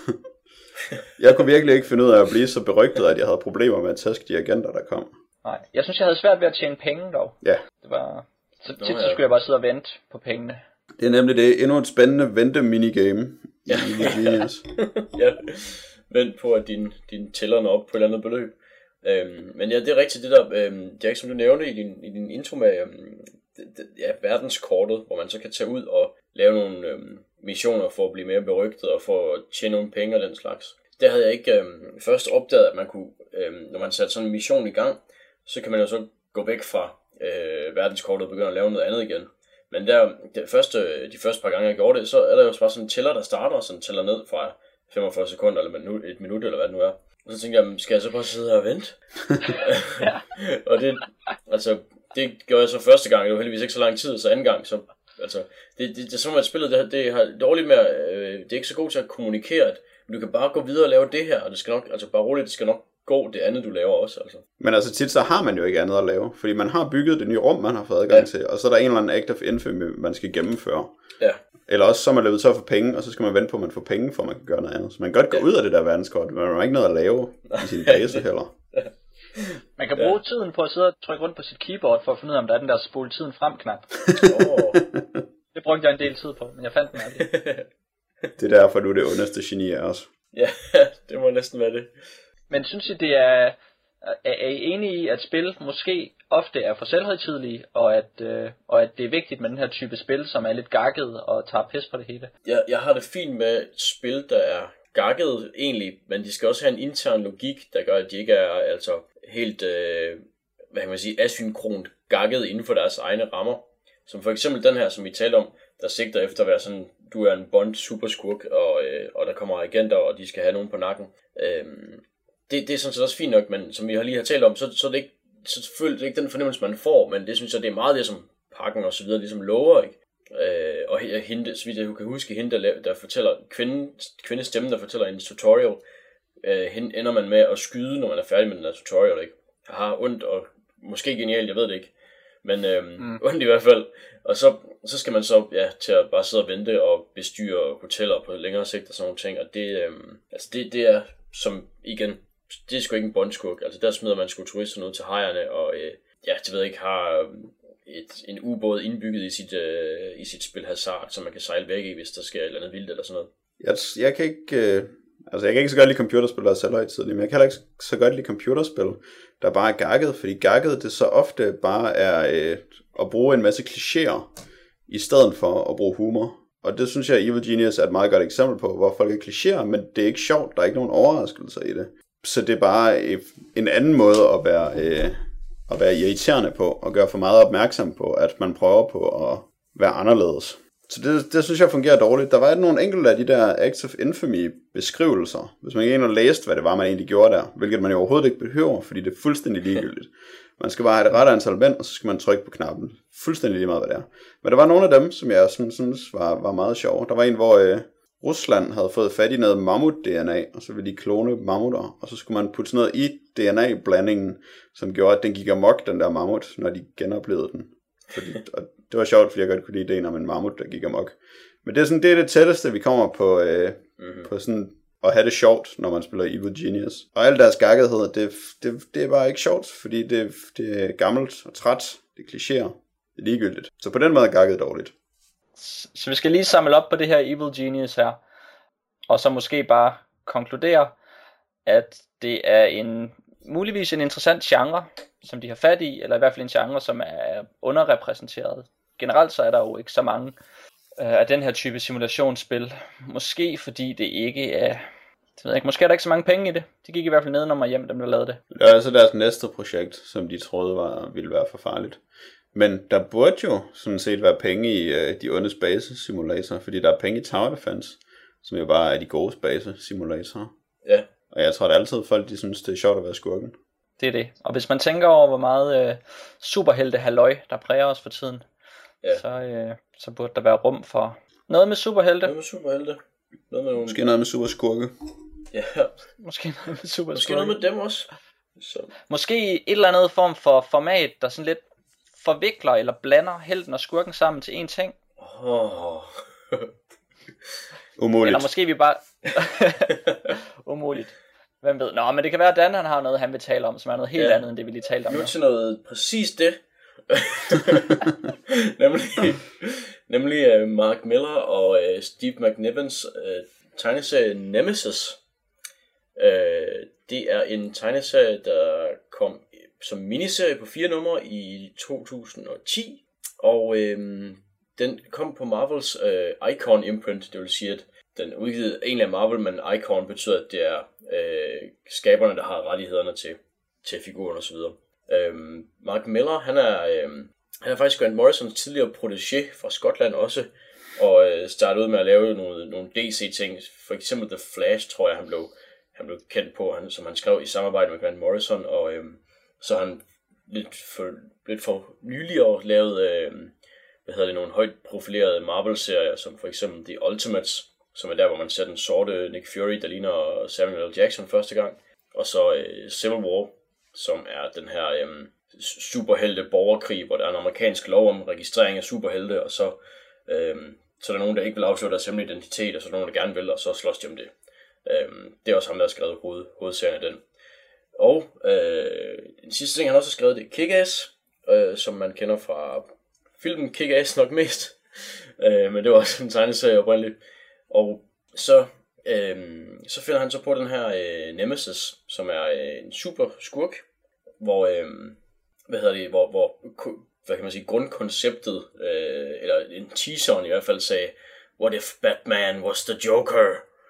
Jeg kunne virkelig ikke finde ud af at blive så berygtet, at jeg havde problemer med at tæske de agenter, der kom. Nej, jeg synes, jeg havde svært ved at tjene penge dog. Ja. Det var... Så tit så skulle jeg bare sidde og vente på pengene. Det er nemlig det. Endnu et spændende vente-minigame. Ja. Ja. Vent på, at din, din tæller når op på et eller andet beløb. Øhm, men ja, det er rigtigt det der, øhm, Jack, som du nævnte i din, i din intro med øhm, det, det, ja, verdenskortet, hvor man så kan tage ud og lave nogle øhm, missioner for at blive mere berygtet og for at tjene nogle penge og den slags. Der havde jeg ikke øhm, først opdaget, at man kunne, øhm, når man satte sådan en mission i gang, så kan man jo så gå væk fra øh, verdenskortet og begynde at lave noget andet igen. Men der, det første, de første par gange jeg gjorde det, så er der jo bare sådan en tæller, der starter og sådan tæller ned fra femogfyrre sekunder eller et minut, et minut eller hvad det nu er. Og så tænkte jeg, skal jeg så bare sidde her og vente? Ja. Og det, altså, det gjorde jeg så første gang, det var heldigvis ikke så lang tid, så anden gang, så, altså, det, det, det er som at spillet, det, det har dårligt med, øh, det er ikke så godt til at kommunikere, at du kan bare gå videre og lave det her, og det skal nok, altså bare roligt, det skal nok gå det andet, du laver også, altså. Men altså tit så har man jo ikke andet at lave, fordi man har bygget det nye rum, man har fået adgang ja. til, og så er der en eller anden act of infamy, man skal gennemføre. Ja. Eller også så er man løbet tør for penge, og så skal man vente på, at man får penge, for at man kan gøre noget andet. Så man kan godt gå ja. ud af det der verdenskort, men man har ikke noget at lave i sin base heller. Man kan bruge ja. tiden på at sidde og trykke rundt på sit keyboard, for at finde ud af, om der er den der spole tiden frem knap. Oh. Det brugte jeg en del tid på, men jeg fandt den aldrig. Det er derfor, du er det ondeste geni af os. Ja, det må næsten være det. Men synes I, det er... Er I enige i, at spil måske ofte er for selvhøjtidelige, og at, øh, og at det er vigtigt med den her type spil, som er lidt gakket og tager pis på det hele? Jeg, jeg har det fint med spil, der er gakket egentlig, men de skal også have en intern logik, der gør, at de ikke er altså helt, øh, hvad kan man sige, asynkront gakket inden for deres egne rammer. Som for eksempel den her, som vi talte om, der sigter efter at være sådan, du er en Bond superskurk, og, øh, og der kommer agenter, og de skal have nogen på nakken. Øh, Det, det er sådan set også fint nok, men som vi har lige har talt om, så, så er det ikke, så selvfølgelig det er ikke den fornemmelse, man får, men det synes jeg, det er meget det, som pakken og så videre ligesom lover, ikke? Øh, og hende, så vidt jeg kan huske, hende, der, der fortæller, kvinde, kvindestemmen, der fortæller en tutorial, øh, hende ender man med at skyde, når man er færdig med den der tutorial, ikke? Haha, ondt og måske genialt, jeg ved det ikke, men øh, mm. ondt i hvert fald. Og så, så skal man så, ja, til at bare sidde og vente og bestyre hoteller på længere sigt og sådan nogle ting, og det, øh, altså det, det er som, igen, det er sgu ikke en bondskurk. Altså der smider man sgu turisterne ud til hejerne, og øh, ja, det ved jeg ikke, har et, en ubåd indbygget i sit, øh, i sit spil Hazard, som man kan sejle væk i, hvis der sker et eller andet vildt eller sådan noget. Jeg, jeg kan ikke, øh, altså jeg kan ikke så godt lide computerspil, der er selvhøjtidelige, men jeg kan heller ikke så godt lide computerspil, der bare er gakket, fordi gakket det så ofte bare er øh, at bruge en masse klichéer, i stedet for at bruge humor. Og det synes jeg, Evil Genius er et meget godt eksempel på, hvor folk er klichéer, men det er ikke sjovt, der er ikke nogen overraskelser i det. Så det er bare en anden måde at være, øh, at være irriterende på, og gøre for meget opmærksom på, at man prøver på at være anderledes. Så det, det synes jeg fungerer dårligt. Der var nogle enkelte af de der Acts of Infamy beskrivelser, hvis man ikke egentlig læste, hvad det var, man egentlig gjorde der, hvilket man jo overhovedet ikke behøver, fordi det er fuldstændig ligegyldigt. Man skal bare have det rette antal mænd, og så skal man trykke på knappen. Fuldstændig lige meget, hvad det er. Men der var nogle af dem, som jeg synes, synes var, var meget sjove. Der var en, hvor øh, Rusland havde fået fat i noget mammut-D N A, og så ville de klone mammutter, og så skulle man putte noget i D N A-blandingen, som gjorde, at den gik amok, den der mammut, når de genoplevede den. Fordi, og det var sjovt, fordi jeg godt kunne lide ideen om en mammut, der gik amok. Men det er sådan, det er det tætteste, vi kommer på, øh, mm-hmm. på sådan at have det sjovt, når man spiller Evil Genius. Og al deres gakkethed, det, det, det er bare ikke sjovt, fordi det, det er gammelt og træt, det er klichéer, det er ligegyldigt. Så på den måde er gakket dårligt. Så vi skal lige samle op på det her Evil Genius her, og så måske bare konkludere, at det er en muligvis en interessant genre, som de har fat i, eller i hvert fald en genre, som er underrepræsenteret. Generelt så er der jo ikke så mange øh, af den her type simulationsspil. Måske fordi det ikke er... Jeg ved ikke, måske er der ikke så mange penge i det. De gik i hvert fald nedenom og hjem, dem der lavede det. Det er altså deres næste projekt, som de troede var, ville være for farligt. Men der burde jo sådan set være penge i øh, de onde Space Simulator, fordi der er penge i Tower Defense, som jo bare er de gode Space Simulatorer. Ja, Og jeg tror, at altid folk, de synes, det er sjovt at være skurken. Det er det. Og hvis man tænker over, hvor meget øh, superhelte halløj, der præger os for tiden, ja. så, øh, så burde der være rum for noget med superhelte. Noget med superhelte. Noget med nogle... Måske noget med superskurke. Ja. Måske noget med superskurke. Måske noget med dem også. Så. Måske et eller andet form for format, der sådan lidt forvikler eller blander helten og skurken sammen til én ting. Oh. Umuligt. Eller måske vi bare... Umuligt. Hvem ved? Nå, men det kan være, at Dan han har noget, han vil tale om, som er noget helt ja. andet, end det vi lige talte om. Nu til noget præcis det. nemlig nemlig uh, Mark Millar og uh, Steve McNiven's uh, tegneserie Nemesis. Uh, det er en tegneserie, der kom som miniserie på fire numre i to tusind og ti. Og uh, den kom på Marvels uh, Icon imprint, det vil sige, at den er udgivet egentlig af Marvel, men Icon betyder, at det er øh, skaberne, der har rettighederne til, til figuren osv. Øhm, Mark Millar, han er, øh, han er faktisk Grant Morrisons tidligere protégé fra Skotland også, og øh, startede ud med at lave nogle, nogle D C-ting. For eksempel The Flash, tror jeg, han blev, han blev kendt på, han, som han skrev i samarbejde med Grant Morrison, og øh, så han lidt for, lidt for nyligere lavet øh, hvad hedder det, nogle højt profilerede Marvel-serier, som for eksempel The Ultimates, som er der, hvor man ser den sorte Nick Fury, der ligner Samuel L. Jackson første gang. Og så øh, Civil War, som er den her øh, superhelte borgerkrig, hvor der er en amerikansk lov om registrering af superhelte, og så, øh, så er der nogen, der ikke vil afsløre deres hemmelige identitet, og så er der nogen, der gerne vil, og så slås de om det. Øh, det er også ham, der har skrevet hoved, hovedserien af den. Og øh, den sidste ting, han også har skrevet, det er Kick-Ass, øh, som man kender fra filmen Kick-Ass nok mest. øh, men det var også en tegneserie oprindeligt. Og så, øhm, så finder han så på den her øh, Nemesis, som er øh, en super skurk, hvor, øh, hvad hedder det, hvor, hvor hvad kan man sige, grundkonceptet, øh, eller en teaseren i hvert fald sagde, what if Batman was the Joker?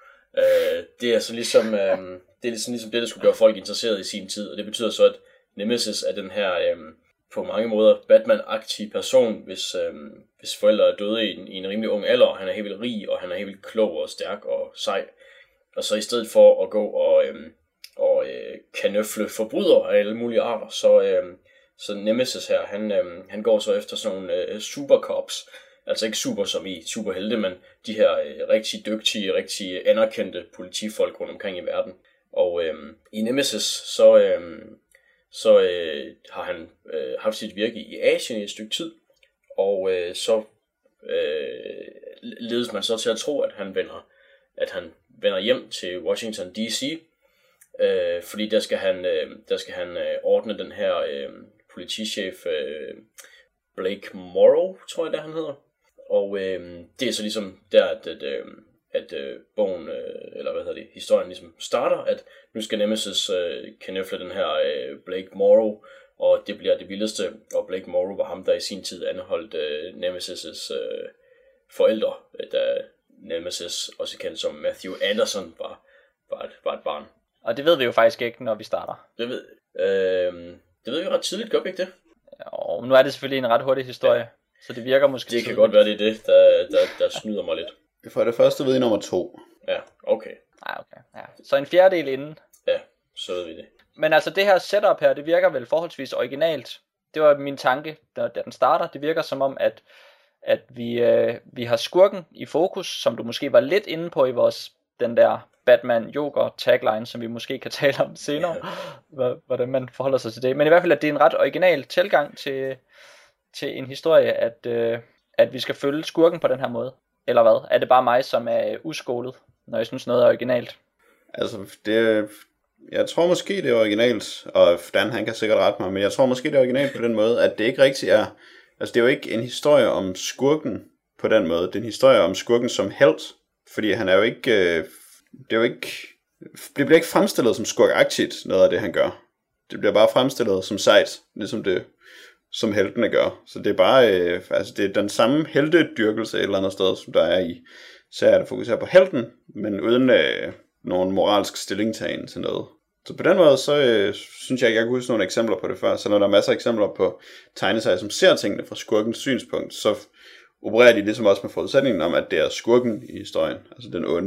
Øh, det er så ligesom, øh, det er ligesom, ligesom det, der skulle gøre folk interesseret i sin tid, og det betyder så, at Nemesis er den her, øh, på mange måder Batman-agtig person, hvis, øh, hvis forældre er døde i en, i en rimelig ung alder, og han er helt vildt rig, og han er helt vildt klog og stærk og sej. Og så i stedet for at gå og, øh, og øh, kanøfle forbrydere af alle mulige arter, så, øh, så Nemesis her, han, øh, han går så efter sådan nogle øh, supercops, altså ikke super som i superhelte, men de her øh, rigtig dygtige, rigtig anerkendte politifolk rundt omkring i verden. Og øh, i Nemesis, så... Øh, så øh, har han øh, haft sit virke i Asien i et stykke tid, og øh, så øh, ledes man så til at tro, at han vender, at han vender hjem til Washington D C, øh, fordi der skal han, øh, der skal han øh, ordne den her øh, politichef øh, Blake Morrow, tror jeg det han hedder, og øh, det er så ligesom der, at, at, øh, at øh, bogen, øh, eller hvad hedder det, historien ligesom starter, at nu skal Nemesis øh, kanøfle den her øh, Blake Morrow, og det bliver det vildeste, og Blake Morrow var ham, der i sin tid anholdt øh, Nemesis' øh, forældre, da Nemesis, også kendt som Matthew Anderson, var, var, et, var et barn. Og det ved vi jo faktisk ikke, når vi starter. Det ved, øh, det ved vi ret tidligt, gør vi ikke det? Og nu er det selvfølgelig en ret hurtig historie, ja. Så det virker måske Det kan tidligt. godt være, det er det, der, der, der snyder mig lidt. For det første ved I nummer to. Ja, okay. Nej, okay. Ja. Så en fjerdedel inden. Ja, så ved vi det. Men altså det her setup her, det virker vel forholdsvis originalt. Det var min tanke, da, da den starter. Det virker som om, at, at vi, øh, vi har skurken i fokus, som du måske var lidt inde på i vores, den der Batman Joker tagline, som vi måske kan tale om senere, ja. Hvordan man forholder sig til det. Men i hvert fald, at det er en ret original tilgang til, til en historie, at, øh, at vi skal følge skurken på den her måde. Eller hvad? Er det bare mig, som er uskolet, når jeg synes noget er originalt? Altså, det, jeg tror måske det er originalt, og Dan han kan sikkert rette mig, men jeg tror måske det er originalt på den måde, at det ikke rigtig er, altså det er jo ikke en historie om skurken på den måde, det er en historie om skurken som helt, fordi han er jo ikke, det er jo ikke, det bliver ikke fremstillet som skurkagtigt, noget af det han gør. Det bliver bare fremstillet som sejt, ligesom det, som heltene gør. Så det er bare, øh, altså det er den samme heltedyrkelse et eller andet sted, som der er i serier, der fokuserer på helten, men uden øh, nogen moralsk stillingtagen til noget. Så på den måde, så øh, synes jeg ikke, jeg kan huske nogle eksempler på det før. Så når der er masser af eksempler på tegneserier, som ser tingene fra skurkens synspunkt, så opererer de ligesom også med forudsætningen om, at det er skurken i historien, altså den onde.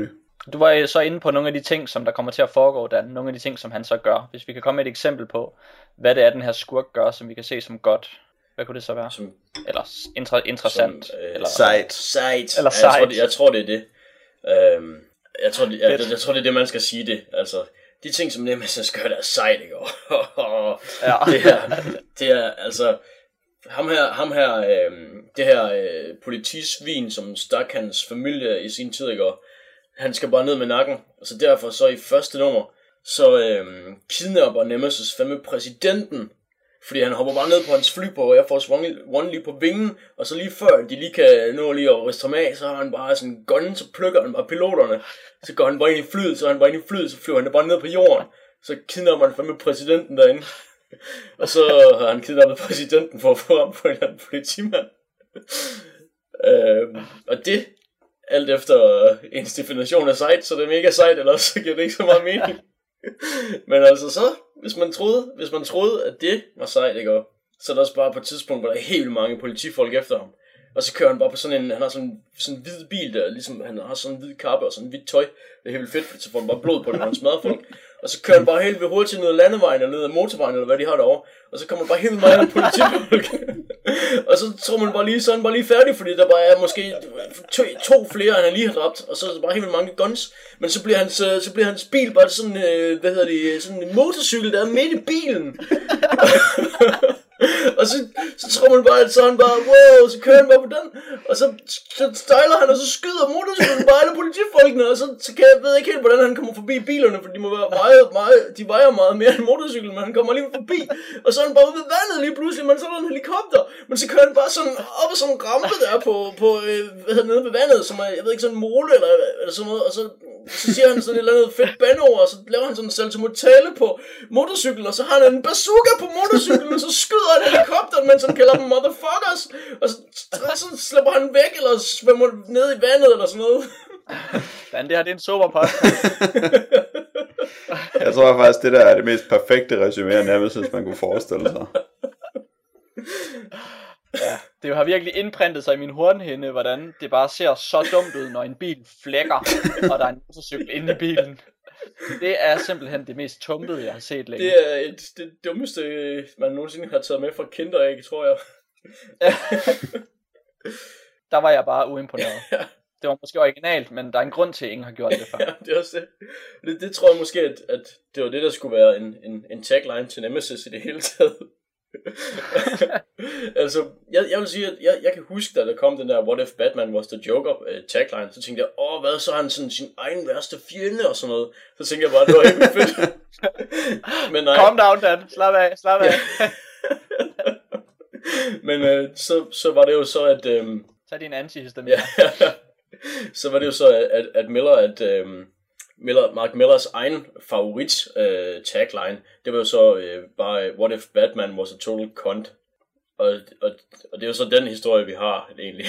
Du var så inde på nogle af de ting, som der kommer til at foregå, Dan. Nogle af de ting, som han så gør. Hvis vi kan komme med et eksempel på, hvad det er, den her skurk gør, som vi kan se som godt. Hvad kunne det så være? Som, eller inter- interessant. Som, øh, eller sejt. Sejt. Eller sejt. sejt. Jeg, jeg tror, det er det. Øhm, jeg, tror, det jeg, jeg, jeg tror, det er det, man skal sige det. Altså, de ting, som Nemesis gør, der er sejt, ikke? Ja. det, her, det er, altså... Ham her, ham her øh, det her øh, politisvin, som stak hans familie i sin tid, ikke? Han skal bare ned med nakken. Og så derfor så i første nummer, så øh, kidnapper Nemesis fandme præsidenten. Fordi han hopper bare ned på hans fly på Air Force One, One lige på vingen. Og så lige før de lige kan nå lige at ryste ham af, så har han bare sådan en gun, så plukker han bare piloterne. Så går han bare ind i flyet, så han bare ind i flyet, så flyver han bare ned på jorden. Så kidnapper han fandme præsidenten derinde. Og så har han kidnappet præsidenten for at få ham på en eller anden politimand. øhm, og det, alt efter ens definition af sejt, så det er mega sejt, ellers så giver det ikke så meget mening. Men altså så, hvis man troede, hvis man troede at det var sejt, ikke? Så er der også bare på et tidspunkt, hvor der er helt mange politifolk efter ham. Og så kører han bare på sådan en, han har sådan, sådan en hvid bil der, ligesom han har sådan en hvid kappe og sådan en hvid tøj. Det er helt vildt fedt, for så får han bare blod på det, når han smadrer folk. Og så kører han bare helt vildt hurtigt ned ad landevejen, eller ned ad motorvejen, eller hvad de har derovre. Og så kommer der bare helt meget af politifolk. Og så tror man bare lige, så er han bare lige færdig, fordi der bare er måske to, to flere, han lige har dræbt. Og så er der bare helt vildt mange guns. Men så bliver hans, så bliver hans bil bare sådan, hvad hedder det, sådan en motorcykel, der er midt i bilen. Og så, så tror man bare, at så han bare, wow, så kører han bare på den. Og så, så stejler han, og så skyder motorcyklen bare alle politifolkene. Og så, så kan jeg ved ikke helt, hvordan han kommer forbi bilerne, for de må være meget, meget, de vejer meget mere end motorcyklen, men han kommer lige forbi. Og så er han bare ude ved vandet lige pludselig, men så er der en helikopter. Men så kører han bare sådan op ad sådan en rampe der på, på øh, hvad hedder, nede ved vandet, som er, jeg ved ikke, sådan en mole eller, eller sådan noget. Og så, så siger han sådan et eller andet fedt bandeord, og så laver han sådan en salto mortale på motorcyklen, og så har han en bazooka på motorcyklen, og så skyder han helikopteren, mens han kalder dem motherfuckers, og så, så slipper han væk, eller svømmer ned i vandet, eller sådan noget. Dan, det her, det er en super podcast. Jeg tror faktisk, det der er det mest perfekte resumé af Nemesis, man kunne forestille sig. Ja, det har virkelig indprintet sig i min hornhinde, hvordan det bare ser så dumt ud, når en bil flækker, og der er en motorcykel inde i bilen. Det er simpelthen det mest tumpede, jeg har set længe. Det er et, det dummeste, man nogensinde har taget med fra Kinderæg, tror jeg. Der var jeg bare uimponeret. Ja. Det var måske originalt, men der er en grund til, at ingen har gjort det før. Ja, det er også det. Det, det tror jeg måske, at, at det var det, der skulle være en, en, en tagline til Nemesis i det hele taget. Altså, jeg, jeg vil sige, at jeg, jeg kan huske, da der kom den der What if Batman was the Joker uh, tagline, så tænkte jeg, åh, hvad, så har han sådan sin egen værste fjende og sådan noget. Så tænkte jeg bare, det var helt fedt. Men nej. Calm down, Dan. Slap af, slap af. Men uh, så, så var det jo så, at... Um, Tag din antihistamin. Ja, så var det jo så, at, at Miller, at um, Miller, Mark Millers egen favorit uh, tagline, det var jo så uh, bare, what if Batman was a total cunt? Og, og, og det er jo så den historie, vi har egentlig.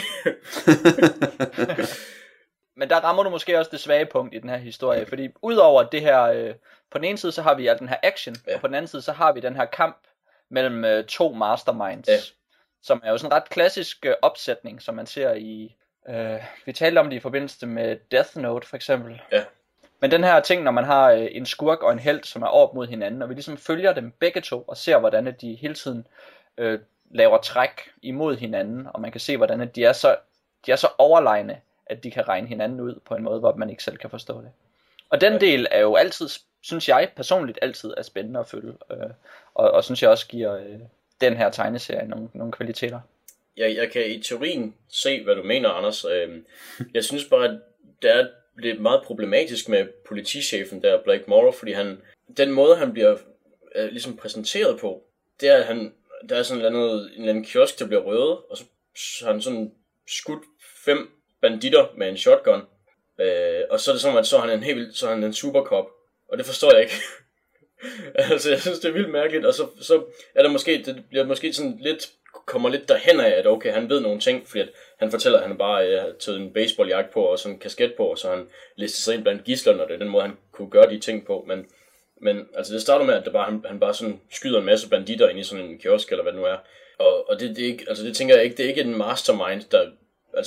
Men der rammer du måske også det svage punkt i den her historie, fordi udover det her, øh, på den ene side så har vi al den her action, ja. Og på den anden side så har vi den her kamp mellem øh, to masterminds, ja. Som er jo sådan en ret klassisk øh, opsætning, som man ser i, øh, vi talte om det i forbindelse med Death Note for eksempel. Ja. Men den her ting, når man har øh, en skurk og en helt, som er op mod hinanden, og vi ligesom følger dem begge to, og ser hvordan de hele tiden øh, laver træk imod hinanden, og man kan se hvordan de er så, de er så overlegne, at de kan regne hinanden ud på en måde, hvor man ikke selv kan forstå det. Og den del er jo altid, synes jeg personligt, altid er spændende at følge, øh, og, og synes jeg også giver øh, den her tegneserie nogle, nogle kvaliteter. Jeg, jeg kan i teorien se, hvad du mener, Anders. Jeg synes bare, at det er lidt meget problematisk med politichefen der, Blake Morrow, fordi han, den måde, han bliver øh, ligesom præsenteret på, det er, at han, der er sådan en eller anden, en eller anden kiosk, der bliver røvet, og så har han sådan skudt fem banditter med en shotgun, øh, og så er det sådan, at så er han en helt vildt, så er han en supercop, og det forstår jeg ikke. Altså, jeg synes, det er vildt mærkeligt, og så, så er der måske, det bliver måske sådan lidt, kommer lidt derhen af, at okay, han ved nogle ting, fordi at han fortæller, at han bare øh, har taget en baseballjakke på, og sådan en kasket på, og så han listet sig ind blandt gidslerne, og det er den måde, han kunne gøre de ting på, men, men altså, det starter med, at det bare, han, han bare sådan skyder en masse banditter ind i sådan en kiosk, eller hvad det nu er, og, og det, det, er ikke, altså, det tænker jeg ikke, det er ikke en mastermind, der altså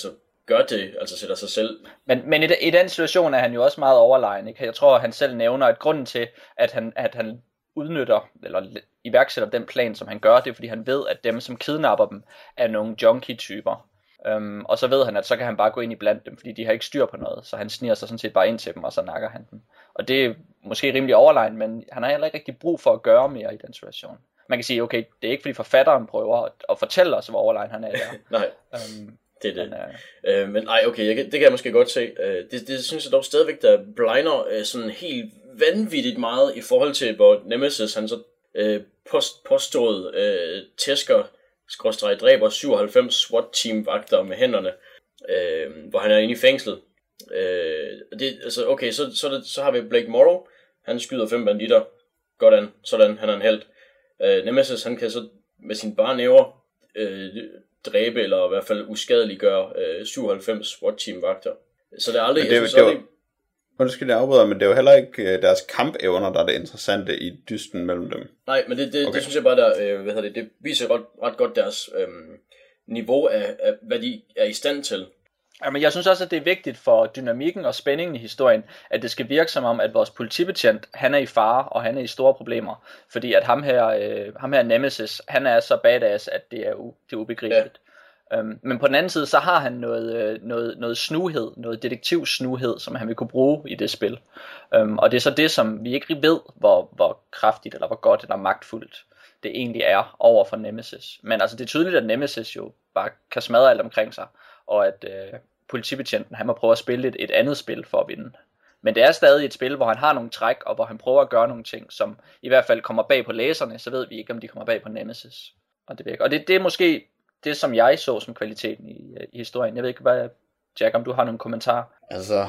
gør det, altså sætter sig selv. Men, men i, de, i den situation er han jo også meget overlegen, ikke? Jeg tror, at han selv nævner, at grunden til, at han, at han udnytter, eller iværksætter den plan, som han gør, det er, fordi han ved, at dem, som kidnapper dem, er nogle junkie-typer. Um, og så ved han, at så kan han bare gå ind i blandt dem, fordi de har ikke styr på noget, så han sniger sig sådan set bare ind til dem, og så nakker han dem. Og det er måske rimelig overlegen, men han har heller ikke rigtig brug for at gøre mere i den situation. Man kan sige, okay, det er ikke fordi forfatteren prøver at, at fortælle os, hvor overlegen han er der. Nej, um, det er det. Men, uh... Øh, men ej, okay, jeg kan, det kan jeg måske godt se. Uh, det, det synes jeg dog stadigvæk, der blinder uh, sådan helt vanvittigt meget i forhold til, hvor Nemesis han så uh, post, påstået uh, tæsker skråstreg dræber syvoghalvfems SWAT-team vagter med hænderne, øh, hvor han er inde i fængslet. Øh, det, altså, okay, så, så, det, så har vi Blake Morrow, han skyder fem banditter, godt an, sådan, han er en helt. Øh, Nemesis, han kan så med sine bare næver øh, dræbe, eller i hvert fald uskadeliggøre øh, syvoghalvfems SWAT-team vagter. Så det er aldrig... Men det, altså, det, så det var, undskyld, jeg afbryder, men det er jo heller ikke deres kampevner, der er det interessante i dysten mellem dem. Nej, men det, det, okay. det synes jeg bare, der, øh, hvad hedder det, det viser ret, ret godt deres øh, niveau af, af, hvad de er i stand til. Jamen, jeg synes også, at det er vigtigt for dynamikken og spændingen i historien, at det skal virke som om, at vores politibetjent, han er i fare, og han er i store problemer. Fordi at ham her, øh, ham her Nemesis, han er så badass, at det er, u, det er ubegribeligt. Ja. Um, men på den anden side, så har han noget, noget, noget snuhed, noget detektivsnuhed, som han vil kunne bruge i det spil. Um, og det er så det, som vi ikke ved, hvor, hvor kraftigt, eller hvor godt, eller magtfuldt det egentlig er over for Nemesis. Men altså, det er tydeligt, at Nemesis jo bare kan smadre alt omkring sig, og at øh, politibetjenten, han må prøve at spille et, et andet spil for at vinde. Men det er stadig et spil, hvor han har nogle træk, og hvor han prøver at gøre nogle ting, som i hvert fald kommer bag på læserne, så ved vi ikke, om de kommer bag på Nemesis. Og det virker. Og det, det er måske det, som jeg så som kvaliteten i, i historien. Jeg ved ikke, hvad, Jack, om du har nogle kommentarer? Altså,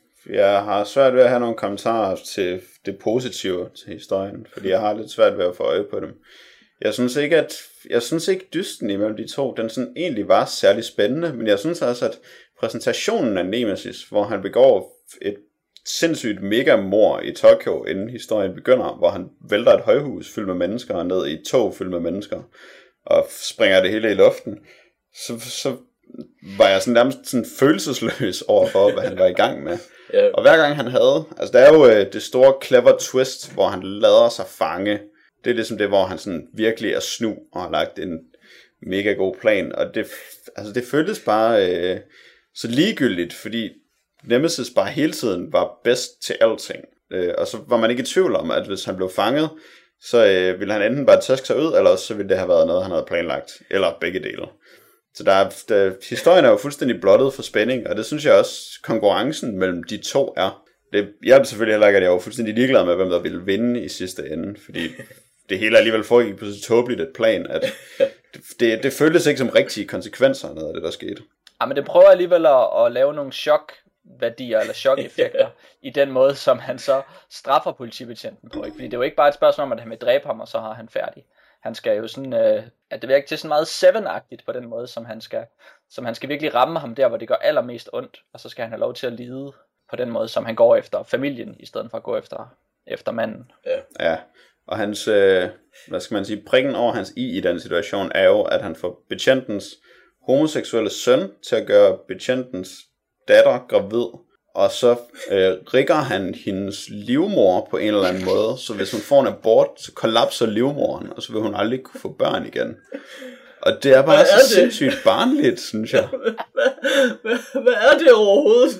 jeg har svært ved at have nogle kommentarer til det positive til historien, fordi jeg har lidt svært ved at få øje på dem. Jeg synes ikke, at jeg synes ikke dysten imellem de to, den sådan egentlig var særlig spændende, men jeg synes også, at præsentationen af Nemesis, hvor han begår et sindssygt mega mord i Tokyo, inden historien begynder, hvor han vælter et højhus fyldt med mennesker ned i et tog fyldt med mennesker, og springer det hele i luften, så, så var jeg sådan nærmest sådan følelsesløs overfor, hvad han var i gang med. Yeah. Og hver gang han havde, altså der er jo øh, det store clever twist, hvor han lader sig fange. Det er ligesom det, hvor han sådan virkelig er snu og har lagt en mega god plan. Og det, altså det føltes bare øh, så ligegyldigt, fordi Nemesis bare hele tiden var bedst til alting. Øh, og så var man ikke i tvivl om, at hvis han blev fanget, så øh, ville han enten bare tæske sig ud, eller så ville det have været noget, han havde planlagt. Eller begge dele. Så der er, der, historien er jo fuldstændig blottet for spænding, og det synes jeg også, konkurrencen mellem de to er. Det hjalp selvfølgelig heller ikke, at jeg var fuldstændig ligeglad med, hvem der ville vinde i sidste ende, fordi det hele alligevel foregik på så tåbeligt et plan, at det, det, det føltes ikke som rigtige konsekvenser, noget af det, der skete. Ja, men det prøver alligevel at, at lave nogle chokværdier eller chok-effekter i den måde, som han så straffer politibetjenten på. Ikke? Fordi det er jo ikke bare et spørgsmål om, at han vil dræbe ham, og så har han færdig. Han skal jo sådan, øh, at det virker til sådan meget Seven-agtigt på den måde, som han skal, som han skal virkelig ramme ham der, hvor det gør allermest ondt, og så skal han have lov til at lide på den måde, som han går efter familien, i stedet for at gå efter, efter manden. Ja, ja. Og hans, øh, hvad skal man sige, prikken over hans i i den situation, er jo, at han får betjentens homoseksuelle søn til at gøre betjentens datter gravid, og så øh, rigger han hendes livmor på en eller anden måde, så hvis hun får en abort, så kollapser livmoren, og så vil hun aldrig kunne få børn igen. Og det er bare så er sindssygt barnligt, synes jeg. Hvad, hvad, hvad er det overhovedet?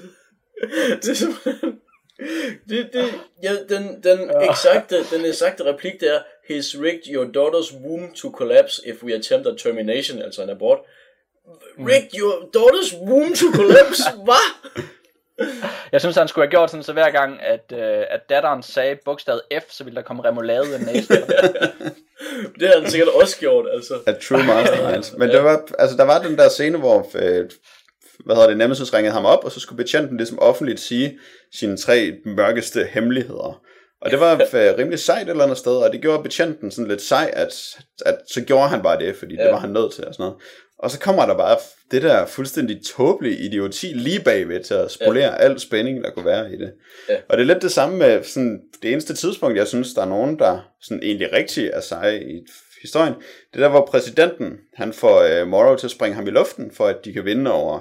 Det er simpelthen... Det, det, ja, den, den, eksakte, den eksakte replik der, he's rigged your daughter's womb to collapse if we attempt a termination, altså en abort. Rigged your daughter's womb to collapse? Hvad? Jeg synes, han skulle have gjort sådan, så hver gang, at, øh, at datteren sagde bogstavet F, så ville der komme remoulade i næsen. Det har han sikkert også gjort, altså. A true mastermind. Men det var, altså, der var den der scene, hvor øh, hvad hedder det, Nemesis ringede ham op, og så skulle betjenten ligesom offentligt sige sine tre mørkeste hemmeligheder. Og det var øh, rimelig sejt et eller andet sted, og det gjorde betjenten sådan lidt sej, at, at så gjorde han bare det, fordi ja. Det var han nødt til og sådan noget. Og så kommer der bare det der fuldstændig tåbelige idioti lige bagved til at spolere ja. Al spænding, der kunne være i det. Ja. Og det er lidt det samme med sådan, det eneste tidspunkt, jeg synes, der er nogen, der sådan egentlig rigtig er seje i historien. Det der, hvor præsidenten, han får øh, Morrow til at springe ham i luften, for at de kan vinde over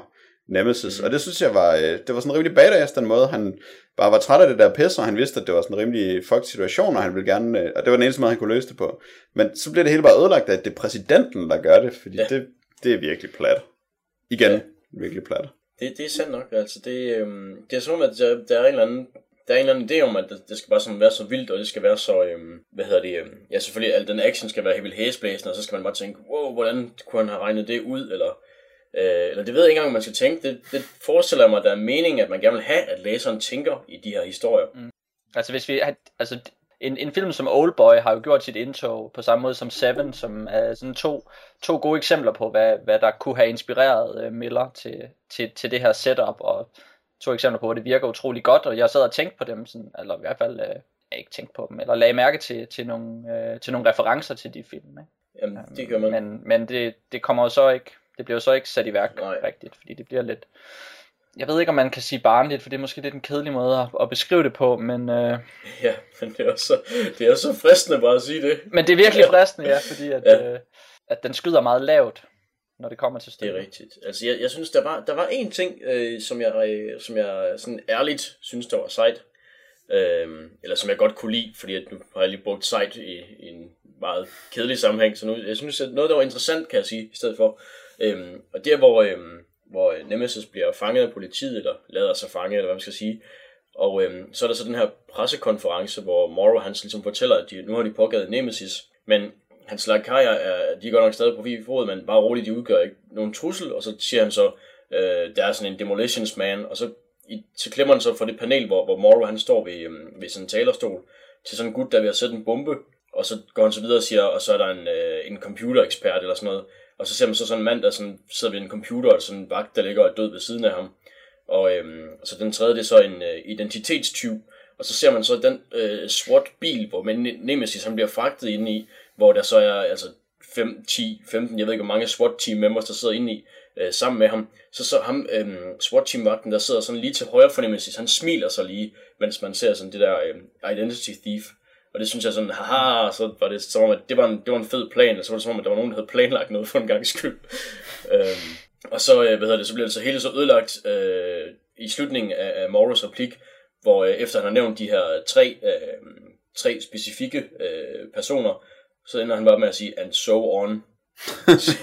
Nemesis, mm. og det synes jeg var, det var sådan rimelig badass, den måde, han bare var træt af det der pis, og han vidste, at det var sådan en rimelig fucked situation, og han ville gerne, og det var den eneste måde, han kunne løse det på. Men så bliver det hele bare ødelagt af, at det er præsidenten, der gør det, fordi ja. det, det er virkelig plat. Igen, ja. virkelig plat. Det, det er sandt nok, altså det, øhm, det er sådan, at der, der er en eller anden, der er en eller anden idé om, at det, det skal bare sådan være så vildt, og det skal være så, øhm, hvad hedder det, øhm, ja selvfølgelig, al den action skal være helt vildt hæsblæsende, og så skal man bare tænke, wow, hvordan kunne han have regnet det ud, eller Øh, eller det ved jeg ikke engang, man skal tænke. Det, det forestiller mig, at der er mening, at man gerne vil have, at læseren tænker i de her historier. Mm. Altså hvis vi altså en, en film som Oldboy har jo gjort sit indtog på samme måde som Seven, som er sådan to, to gode eksempler på, hvad, hvad der kunne have inspireret uh, Miller til, til, til det her setup, og to eksempler på, hvor det virker utrolig godt, og jeg sad og tænkte på dem, sådan, eller i hvert fald uh, ikke tænkte på dem, eller lagde mærke til, til, nogle, uh, til nogle referencer til de film. Ikke? Jamen, det gør man. Men, men det, det kommer jo så ikke, det bliver jo så ikke sat i værk Nej. rigtigt, fordi det bliver lidt, jeg ved ikke om man kan sige barnligt, for det er måske lidt en kedelig måde at, at beskrive det på, men øh... ja, men det er også det er så fristende bare at sige det. Men det er virkelig fristende, ja, fordi at, ja. øh, at den skyder meget lavt, når det kommer til stykket. Det er rigtigt. Altså jeg, jeg synes der var der var en ting, øh, som jeg øh, som jeg sådan ærligt synes der var sejt, øh, eller som jeg godt kunne lide, fordi at nu har jeg lige brugt sejt i, i en meget kedelig sammenhæng, så nu jeg synes at noget der var interessant, kan jeg sige i stedet for. Øhm, og der hvor, øhm, hvor Nemesis bliver fanget af politiet, eller lader sig fange, eller hvad man skal sige, og øhm, så er der så den her pressekonference, hvor Morrow han ligesom fortæller, at de, nu har de pågavet Nemesis, men hans lakajer er, de er godt nok stadig på vidt fod, men bare roligt, de udgør ikke nogen trussel, og så siger han så, øh, der er sådan en demolitions man, og så, i, så klemmer han så for det panel, hvor, hvor Morrow han står ved, øhm, ved sådan en talerstol, til sådan en gut, der er ved at sætte en bombe, og så går han så videre og siger, og så er der en, øh, en computerekspert eller sådan noget. Og så ser man så sådan en mand, der sådan sidder ved en computer, og sådan en vagt, der ligger og er død ved siden af ham. Og øhm, så den tredje, det er så en øh, identitetstyv. Og så ser man så den øh, SWAT-bil, hvor Nemesis han bliver fragtet ind i, hvor der så er altså fem, ti, femten, jeg ved ikke hvor mange SWAT-team members, der sidder inde i, øh, sammen med ham. Så så ham, øh, SWAT-team-vagten, der sidder sådan lige til højre for Nemesis, han smiler så lige, mens man ser sådan det der øh, identity thief. Og det synes jeg sådan, haha, så var det som om, at det var en, det var en fed plan, og så var det som om, at der var nogen, der havde planlagt noget for en gang skyld. øhm, og så, hvad hedder det, så bliver det så hele så ødelagt øh, i slutningen af, af Morrows replik, hvor øh, efter han har nævnt de her tre, øh, tre specifikke øh, personer, så ender han bare med at sige, and so on. så,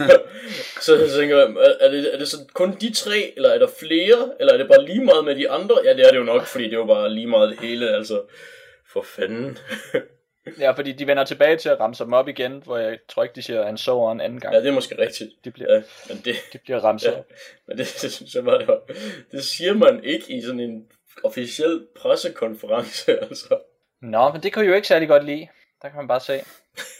så, så tænker jeg, er det, er det så kun de tre, eller er der flere, eller er det bare lige meget med de andre? Ja, det er det jo nok, fordi det er jo bare lige meget det hele, altså. For fanden. Ja, fordi de vender tilbage til at ramse dem op igen, hvor jeg tror ikke, de siger and so on anden gang. Ja, det er måske rigtigt. De bliver, ja, men det, de bliver ramset ja, op. Men det, det synes jeg bare, det var, det siger man ikke i sådan en officiel pressekonference, altså. Nå, men det kunne jeg jo ikke særlig godt lide. Der kan man bare se.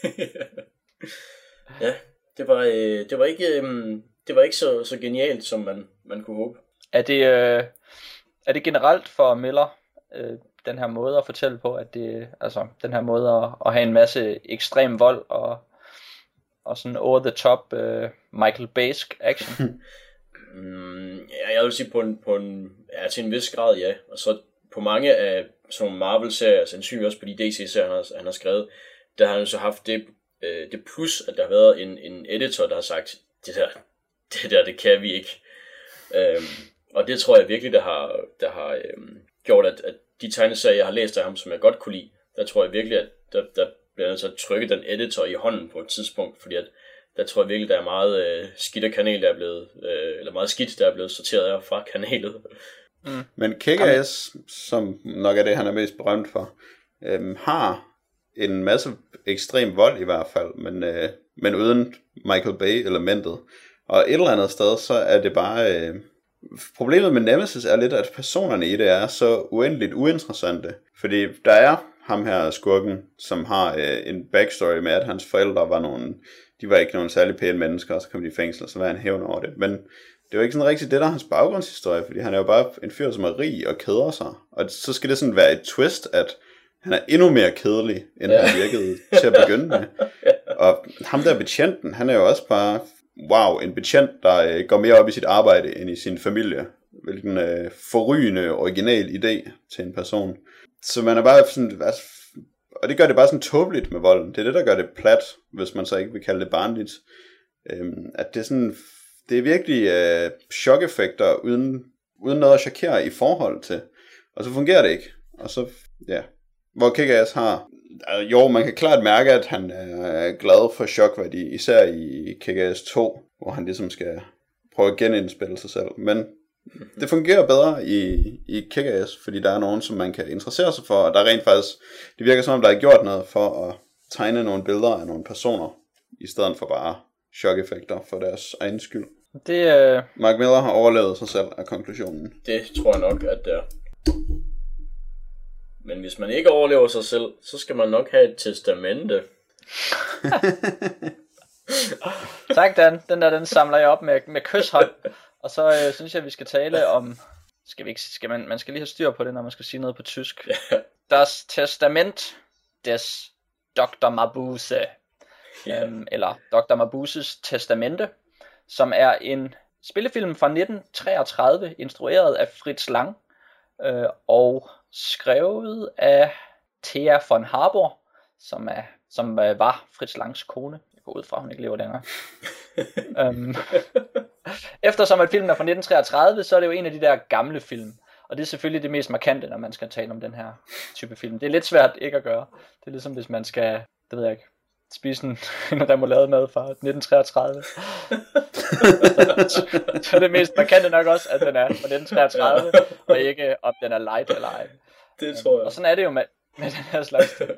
Ja, det var, øh, det var ikke, øh, det var ikke så, så genialt, som man, man kunne håbe. Er det, øh, er det generelt for Miller, øh, den her måde at fortælle på, at det, altså den her måde at, at have en masse ekstrem vold og, og sådan over the top uh, Michael Baysk action? mm, ja, jeg vil sige på en, på en, ja, til en vis grad, ja. Og så på mange af sådan Marvel-serier, sandsynligt også på de D C-serier, han har, han har skrevet, der har han så haft det, øh, det plus, at der har været en, en editor, der har sagt, det der, det der, det kan vi ikke. Øhm, og det tror jeg virkelig, der har, der har øhm, gjort, at, at de tegneserier, jeg har læst af ham, som jeg godt kunne lide, der tror jeg virkelig, at der, der bliver nødt til at trykke den editor i hånden på et tidspunkt, fordi at der tror jeg virkelig, der er meget øh, skidt af kanal, der er blevet, øh, eller meget skidt, der er blevet sorteret af fra kanalet. Mm. Men Kick-Ass, som nok er det, han er mest berømt for, øh, har en masse ekstrem vold i hvert fald, men, øh, men uden Michael Bay-elementet. Og et eller andet sted, så er det bare... Øh, problemet med Nemesis er lidt, at personerne i det er så uendeligt uinteressante. Fordi der er ham her skurken, som har øh, en backstory med, at hans forældre var nogle... De var ikke nogen særlig pæne mennesker, og så kom de i fængsel, og så var han hævn over det. Men det var ikke sådan rigtig det, der er hans baggrundshistorie, fordi han er jo bare en fyr, som er rig og keder sig. Og så skal det sådan være et twist, at han er endnu mere kedelig, end ja. han virkede til at begynde med. Og ham der betjenten, han er jo også bare... Wow, en betjent, der øh, går mere op i sit arbejde end i sin familie. Hvilken øh, forrygende, original idé til en person. Så man er bare sådan... Altså, og det gør det bare sådan tåbeligt med volden. Det er det, der gør det plat, hvis man så ikke vil kalde det barnligt. Øhm, at det er sådan... det er virkelig øh, chok-effekter uden, uden noget at chokere i forhold til. Og så fungerer det ikke. Og så, ja. Hvor Kick-Ass har... Jo, man kan klart mærke, at han er glad for chokværdi, især i Kick-Ass to, hvor han ligesom skal prøve at genindspille sig selv. Men det fungerer bedre i, i Kick-Ass, fordi der er nogen, som man kan interessere sig for, og der er rent faktisk... Det virker som om, der er gjort noget for at tegne nogle billeder af nogle personer, i stedet for bare chok-effekter for deres egen skyld. Det, øh... Mark Miller har overlevet sig selv af konklusionen. Det tror jeg nok, at det er. Men hvis man ikke overlever sig selv, så skal man nok have et testamente. Tak, Dan. Den der, den samler jeg op med, med kyshånd. Og så øh, synes jeg, vi skal tale om... Skal vi ikke, skal man, man skal lige have styr på det, når man skal sige noget på tysk. Das Testament des doktor Mabuse. Yeah. Øhm, eller doktor Mabuses Testamente, som er en spillefilm fra nitten treogtredive, instrueret af Fritz Lang, øh, og skrevet af Thea von Harbour, som, er, som øh, var Fritz Langs kone. Jeg går ud fra, hun ikke lever længere. øhm, eftersom at filmen er fra nitten treogtredive, så er det jo en af de der gamle film. Og det er selvfølgelig det mest markante, når man skal tale om den her type film. Det er lidt svært ikke at gøre. Det er ligesom hvis man skal, det ved jeg ikke, spise en, en remoulademadmad fra nitten treogtredive. Så er det mest markante nok også, at den er fra nitten treogtredive, og ikke om den er light eller ej. Det tror jeg. Og sådan er det jo med, med den her slags ting.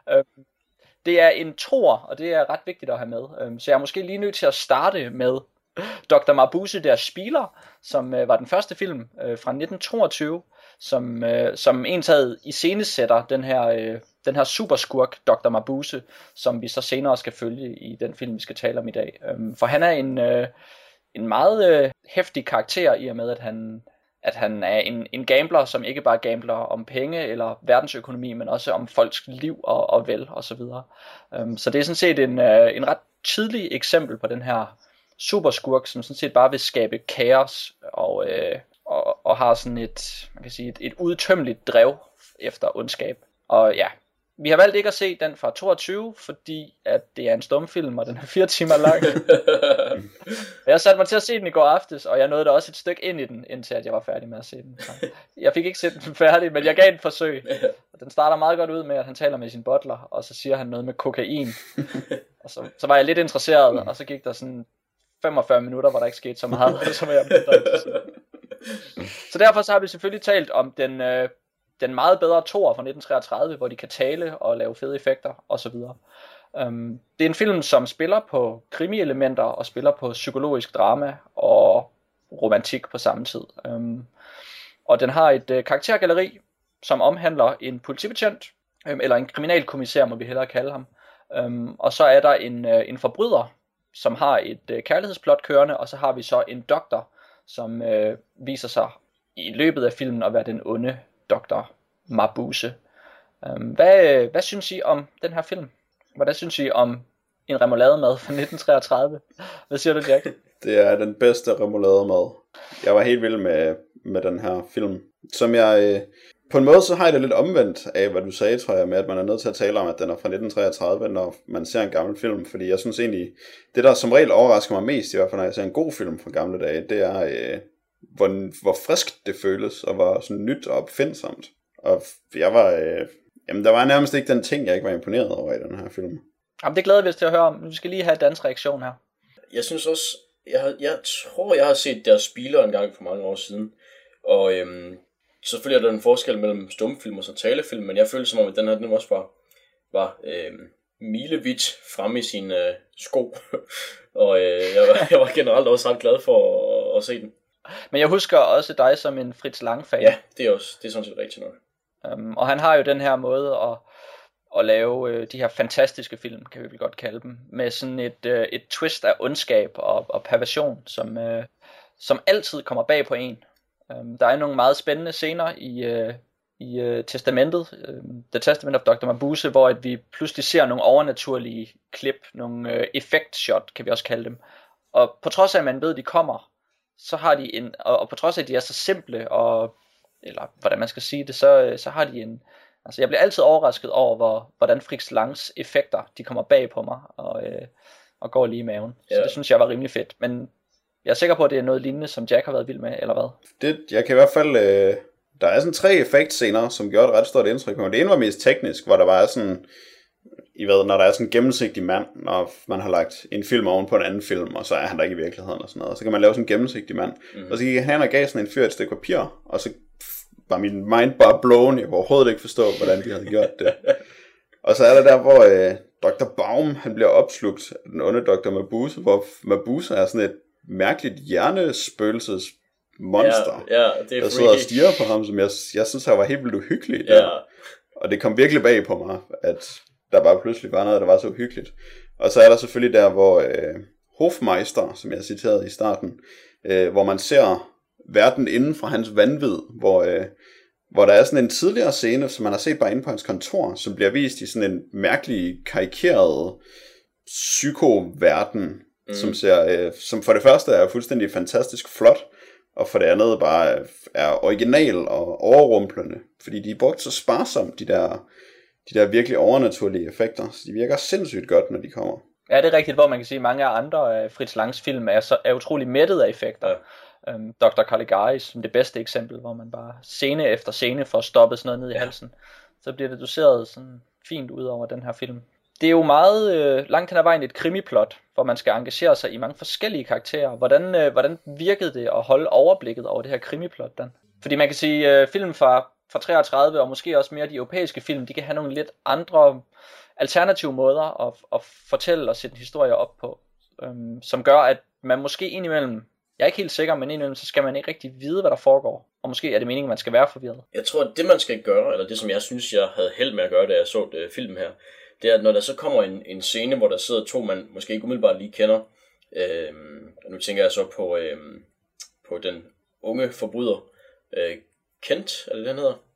Det er en toer, og det er ret vigtigt at have med. Så jeg er måske lige nødt til at starte med doktor Mabuse der Spieler, som var den første film fra nitten toogtyve, som, som entaget iscenesætter den her... den her superskurk, doktor Mabuse, som vi så senere skal følge i den film, vi skal tale om i dag. For han er en, en meget heftig karakter, i og med, at han, at han er en, en gambler, som ikke bare gambler om penge eller verdensøkonomi, men også om folks liv og, og vel og så videre. Så det er sådan set en, en ret tidlig eksempel på den her superskurk, som sådan set bare vil skabe kaos og, og, og har sådan et, man kan sige, et, et udtømmeligt drev efter ondskab. Og ja, vi har valgt ikke at se den fra toogtyve, fordi at det er en stumfilm, og den er fire timer lang. Jeg satte mig til at se den i går aftes, og jeg nåede da også et stykke ind i den, indtil at jeg var færdig med at se den. Så jeg fik ikke set den færdig, men jeg gav den et forsøg. Og den starter meget godt ud med, at han taler med sin butler, og så siger han noget med kokain. Og så, så var jeg lidt interesseret, og så gik der sådan femogfyrre minutter, hvor der ikke skete så meget, og så var jeg mindre interesseret. Så derfor så har vi selvfølgelig talt om den... Øh, den meget bedre toer fra nitten treogtredive, hvor de kan tale og lave fede effekter osv. Um, det er en film, som spiller på krimi-elementer og spiller på psykologisk drama og romantik på samme tid. Um, og den har et uh, karaktergalleri, som omhandler en politibetjent, um, eller en kriminalkommissær, må vi hellere kalde ham. Um, og så er der en, uh, en forbryder, som har et uh, kærlighedsplot kørende, og så har vi så en doktor, som uh, viser sig i løbet af filmen at være den onde doktor Mabuse. Hvad, hvad synes I om den her film? Hvad synes I om en remoulademad fra nitten treogtredive? Hvad siger du, Jack? Det er den bedste remoulademad. Jeg var helt vild med, med den her film. Som jeg... På en måde så har jeg det lidt omvendt af, hvad du sagde, tror jeg, med at man er nødt til at tale om, at den er fra nitten treogtredive, når man ser en gammel film. Fordi jeg synes egentlig, det der som regel overrasker mig mest, i hvert fald når jeg ser en god film fra gamle dage, det er... Øh, Hvor, hvor frisk det føles, og var sådan nyt og opfindsomt. Og jeg var, øh, jamen der var nærmest ikke den ting, jeg ikke var imponeret over i den her film. Jamen det glæder vi os til at høre om. Vi skal lige have Dans reaktion her. Jeg synes også, jeg, har, jeg tror jeg har set deres Spieler en gang for mange år siden. Og øhm, selvfølgelig er der en forskel mellem stumfilm og så talefilm, men jeg følte som om, at den her den også var, var øhm, milevidt fremme i sine øh, sko. Og øh, jeg, var, jeg var generelt også ret glad for at, at se den. Men jeg husker også dig som en Fritz Lang-fan. Ja, det er også, det er sådan set rigtigt nok. Um, og han har jo den her måde at, at lave øh, de her fantastiske film, kan vi vel godt kalde dem, med sådan et, øh, et twist af ondskab og, og perversion, som, øh, som altid kommer bag på en. Um, der er nogle meget spændende scener i, øh, i øh, testamentet, øh, The Testament of doktor Mabuse, hvor at vi pludselig ser nogle overnaturlige klip, nogle øh, effektshot, kan vi også kalde dem. Og på trods af, at man ved, at de kommer, så har de en, og, og på trods af, at de er så simple, og, eller hvordan man skal sige det, så, så har de en, altså jeg bliver altid overrasket over, hvor, hvordan Fritz Langs effekter, de kommer bag på mig, og, øh, og går lige i maven. Så ja. Det synes jeg var rimelig fedt. Men Jeg er sikker på, at det er noget lignende, som Jack har været vild med, eller hvad? Det, jeg kan i hvert fald... Øh, der er sådan tre effektscener, som gjorde et ret stort indtryk på mig. Det ene var mest teknisk, hvor der var sådan... I ved, når der er sådan en gennemsigtig mand, når man har lagt en film oven på en anden film, og så er han der ikke i virkeligheden og sådan noget. Så kan man lave sådan en gennemsigtig mand. Mm. Og så gik han og gav sådan en fyr et stykke papir, og så var min mind bare blown. Jeg kunne overhovedet ikke forstå, hvordan de havde gjort det. Og så er der der, hvor øh, doktor Baum, han bliver opslugt af den onde doktor Mabuse, hvor Mabuse er sådan et mærkeligt hjernespøgelses monster, ja, ja, det er der sidder og stiger på ham, som jeg, jeg synes, han var helt vildt uhyggelig. Ja. Og det kom virkelig bag på mig, at der bare pludselig var noget, der var så uhyggeligt. Og så er der selvfølgelig der, hvor øh, Hofmeister, som jeg citerede i starten, øh, hvor man ser verden inden fra hans vanvid, hvor, øh, hvor der er sådan en tidligere scene, som man har set bare inde på hans kontor, som bliver vist i sådan en mærkelig karikeret psykoverden, mm. som, ser, øh, som for det første er fuldstændig fantastisk flot, og for det andet bare er original og overrumplende, fordi de er brugt så sparsomt, de der, de der virkelig overnaturlige effekter, så de virker sindssygt godt, når de kommer. Ja, det er rigtigt, hvor man kan sige, at mange af andre af Fritz Langs film er, så, er utrolig mættet af effekter. Ja. Um, doktor Caligari som det bedste eksempel, hvor man bare scene efter scene får stoppet sådan noget ned i ja. halsen. Så bliver det doseret sådan fint ud over den her film. Det er jo meget øh, langt hen ad vejen et krimiplot, hvor man skal engagere sig i mange forskellige karakterer. Hvordan, øh, hvordan virkede det at holde overblikket over det her krimiplot, Dan? Fordi man kan sige, øh, film fra, fra treogtredive og måske også mere de europæiske film, de kan have nogle lidt andre alternative måder at, at fortælle og sætte en historie op på, øhm, som gør, at man måske indimellem, jeg er ikke helt sikker, men indimellem, så skal man ikke rigtig vide, hvad der foregår. Og måske er det meningen, man skal være forvirret. Jeg tror, at det man skal gøre, eller det som jeg synes, jeg havde held med at gøre, da jeg så det, film her, det er, at når der så kommer en, en scene, hvor der sidder to, man måske ikke umiddelbart lige kender, øhm, og nu tænker jeg så på, øhm, på den unge forbryder, øh, Kent, er det den hedder?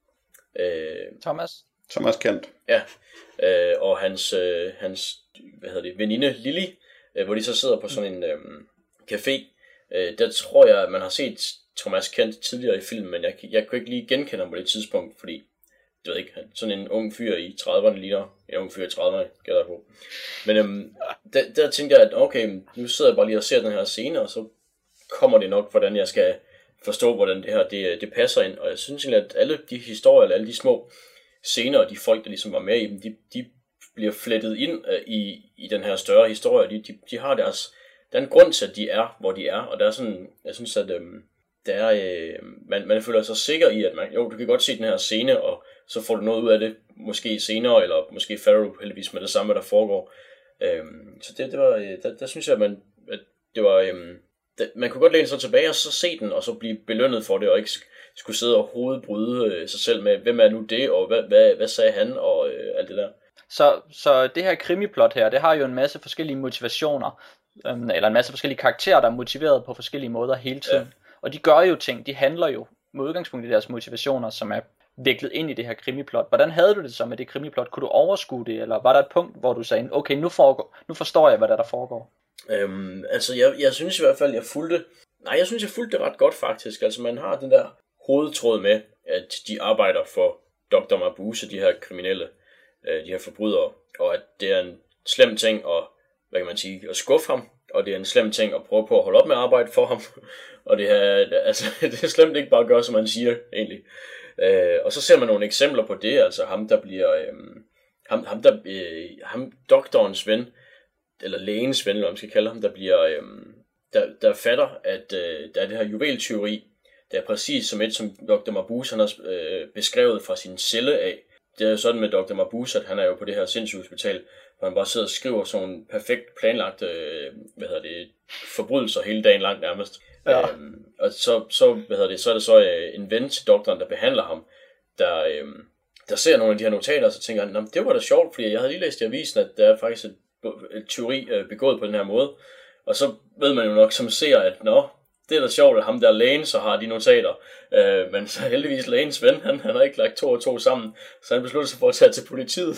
Øh, Thomas. Thomas Kent. Ja, øh, og hans, øh, hans hvad hedder det, veninde Lily, øh, hvor de så sidder på sådan en øh, café. Øh, der tror jeg, at man har set Thomas Kent tidligere i filmen, men jeg, jeg kunne ikke lige genkende ham på det tidspunkt, fordi jeg ved ikke, sådan en ung fyr i trediverne ligner en ung fyr i trediverne, gælder på. Men øhm, der, der tænkte jeg, at okay, nu sidder jeg bare lige og ser den her scene, og så kommer det nok, hvordan jeg skal forstå, hvordan det her det, det passer ind. Og jeg synes egentlig, at alle de historier, eller alle de små scener, og de folk, der ligesom var med i dem, de, de bliver flettet ind uh, i, i den her større historie. De, de, de har deres, der er en grund til, at de er, hvor de er, og der er sådan, jeg synes, at øhm, der er, øh, man, man føler sig sikker i, at man, jo, du kan godt se den her scene, og så får du noget ud af det, måske senere, eller måske Farrow heldigvis med det samme, der foregår. Øhm, så det, det var, der, der synes jeg, at, man, at det var, øhm, det, man kunne godt læne sig tilbage og så se den, og så blive belønnet for det, og ikke skulle sidde og hovedbryde øh, sig selv med, hvem er nu det, og hvad, hvad, hvad sagde han, og øh, alt det der. Så, så det her krimiplot her, det har jo en masse forskellige motivationer, øhm, eller en masse forskellige karakterer, der er motiveret på forskellige måder hele tiden. Ja. Og de gør jo ting, de handler jo med udgangspunkt i deres motivationer, som er viklet ind i det her krimiplot. Hvordan havde du det så med det krimiplot? Kunne du overskue det, eller var der et punkt, hvor du sagde, okay, nu, foregår, nu forstår jeg, hvad der, der foregår? Øhm, altså, jeg, jeg synes i hvert fald, jeg fulgte, nej, jeg synes, jeg fulgte det ret godt faktisk. Altså, man har den der hovedtråd med, at de arbejder for doktor Mabuse, de her kriminelle, øh, de her forbrydere, og at det er en slem ting at, hvad kan man sige, at skuffe ham, og det er en slem ting at prøve på at holde op med at arbejde for ham, og det er, altså, det er slemt ikke bare at gøre, som man siger, egentlig. Øh, og så ser man nogle eksempler på det, altså ham, der bliver, øh, ham, ham, der, øh, ham, doktorens ven, eller lægens ven, eller hvad man skal kalde ham, der bliver, øh, der, der fatter, at øh, der er det her juveltyveri, det er præcis som et, som doktor Mabuse, han har øh, beskrevet fra sin celle af. Det er jo sådan med doktor Mabuse, at han er jo på det her sindssygehospital, hvor han bare sidder og skriver sådan nogle perfekt planlagte, øh, hvad hedder det, forbrydelser hele dagen lang nærmest. Ja. Øhm, og så, så, hvad hedder det, så er det så øh, en ven til doktoren, der behandler ham, der, øh, der ser nogle af de her notater, og så tænker han, det var da sjovt, fordi jeg havde lige læst i avisen, at der er faktisk et, et tyveri øh, begået på den her måde. Og så ved man jo nok som ser, at nå, det er da sjovt, at ham der lægen så har de notater. Øh, men så heldigvis lægens ven, han, han har ikke lagt to og to sammen, så han beslutter sig for at tage til politiet.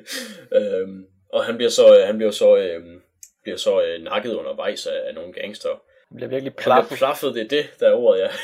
øh, og han bliver så, han bliver så, øh, bliver så øh, nakket undervejs af, af nogle gangster. Han bliver virkelig plaffet. Plaffet, det er det, der er ordet, ja.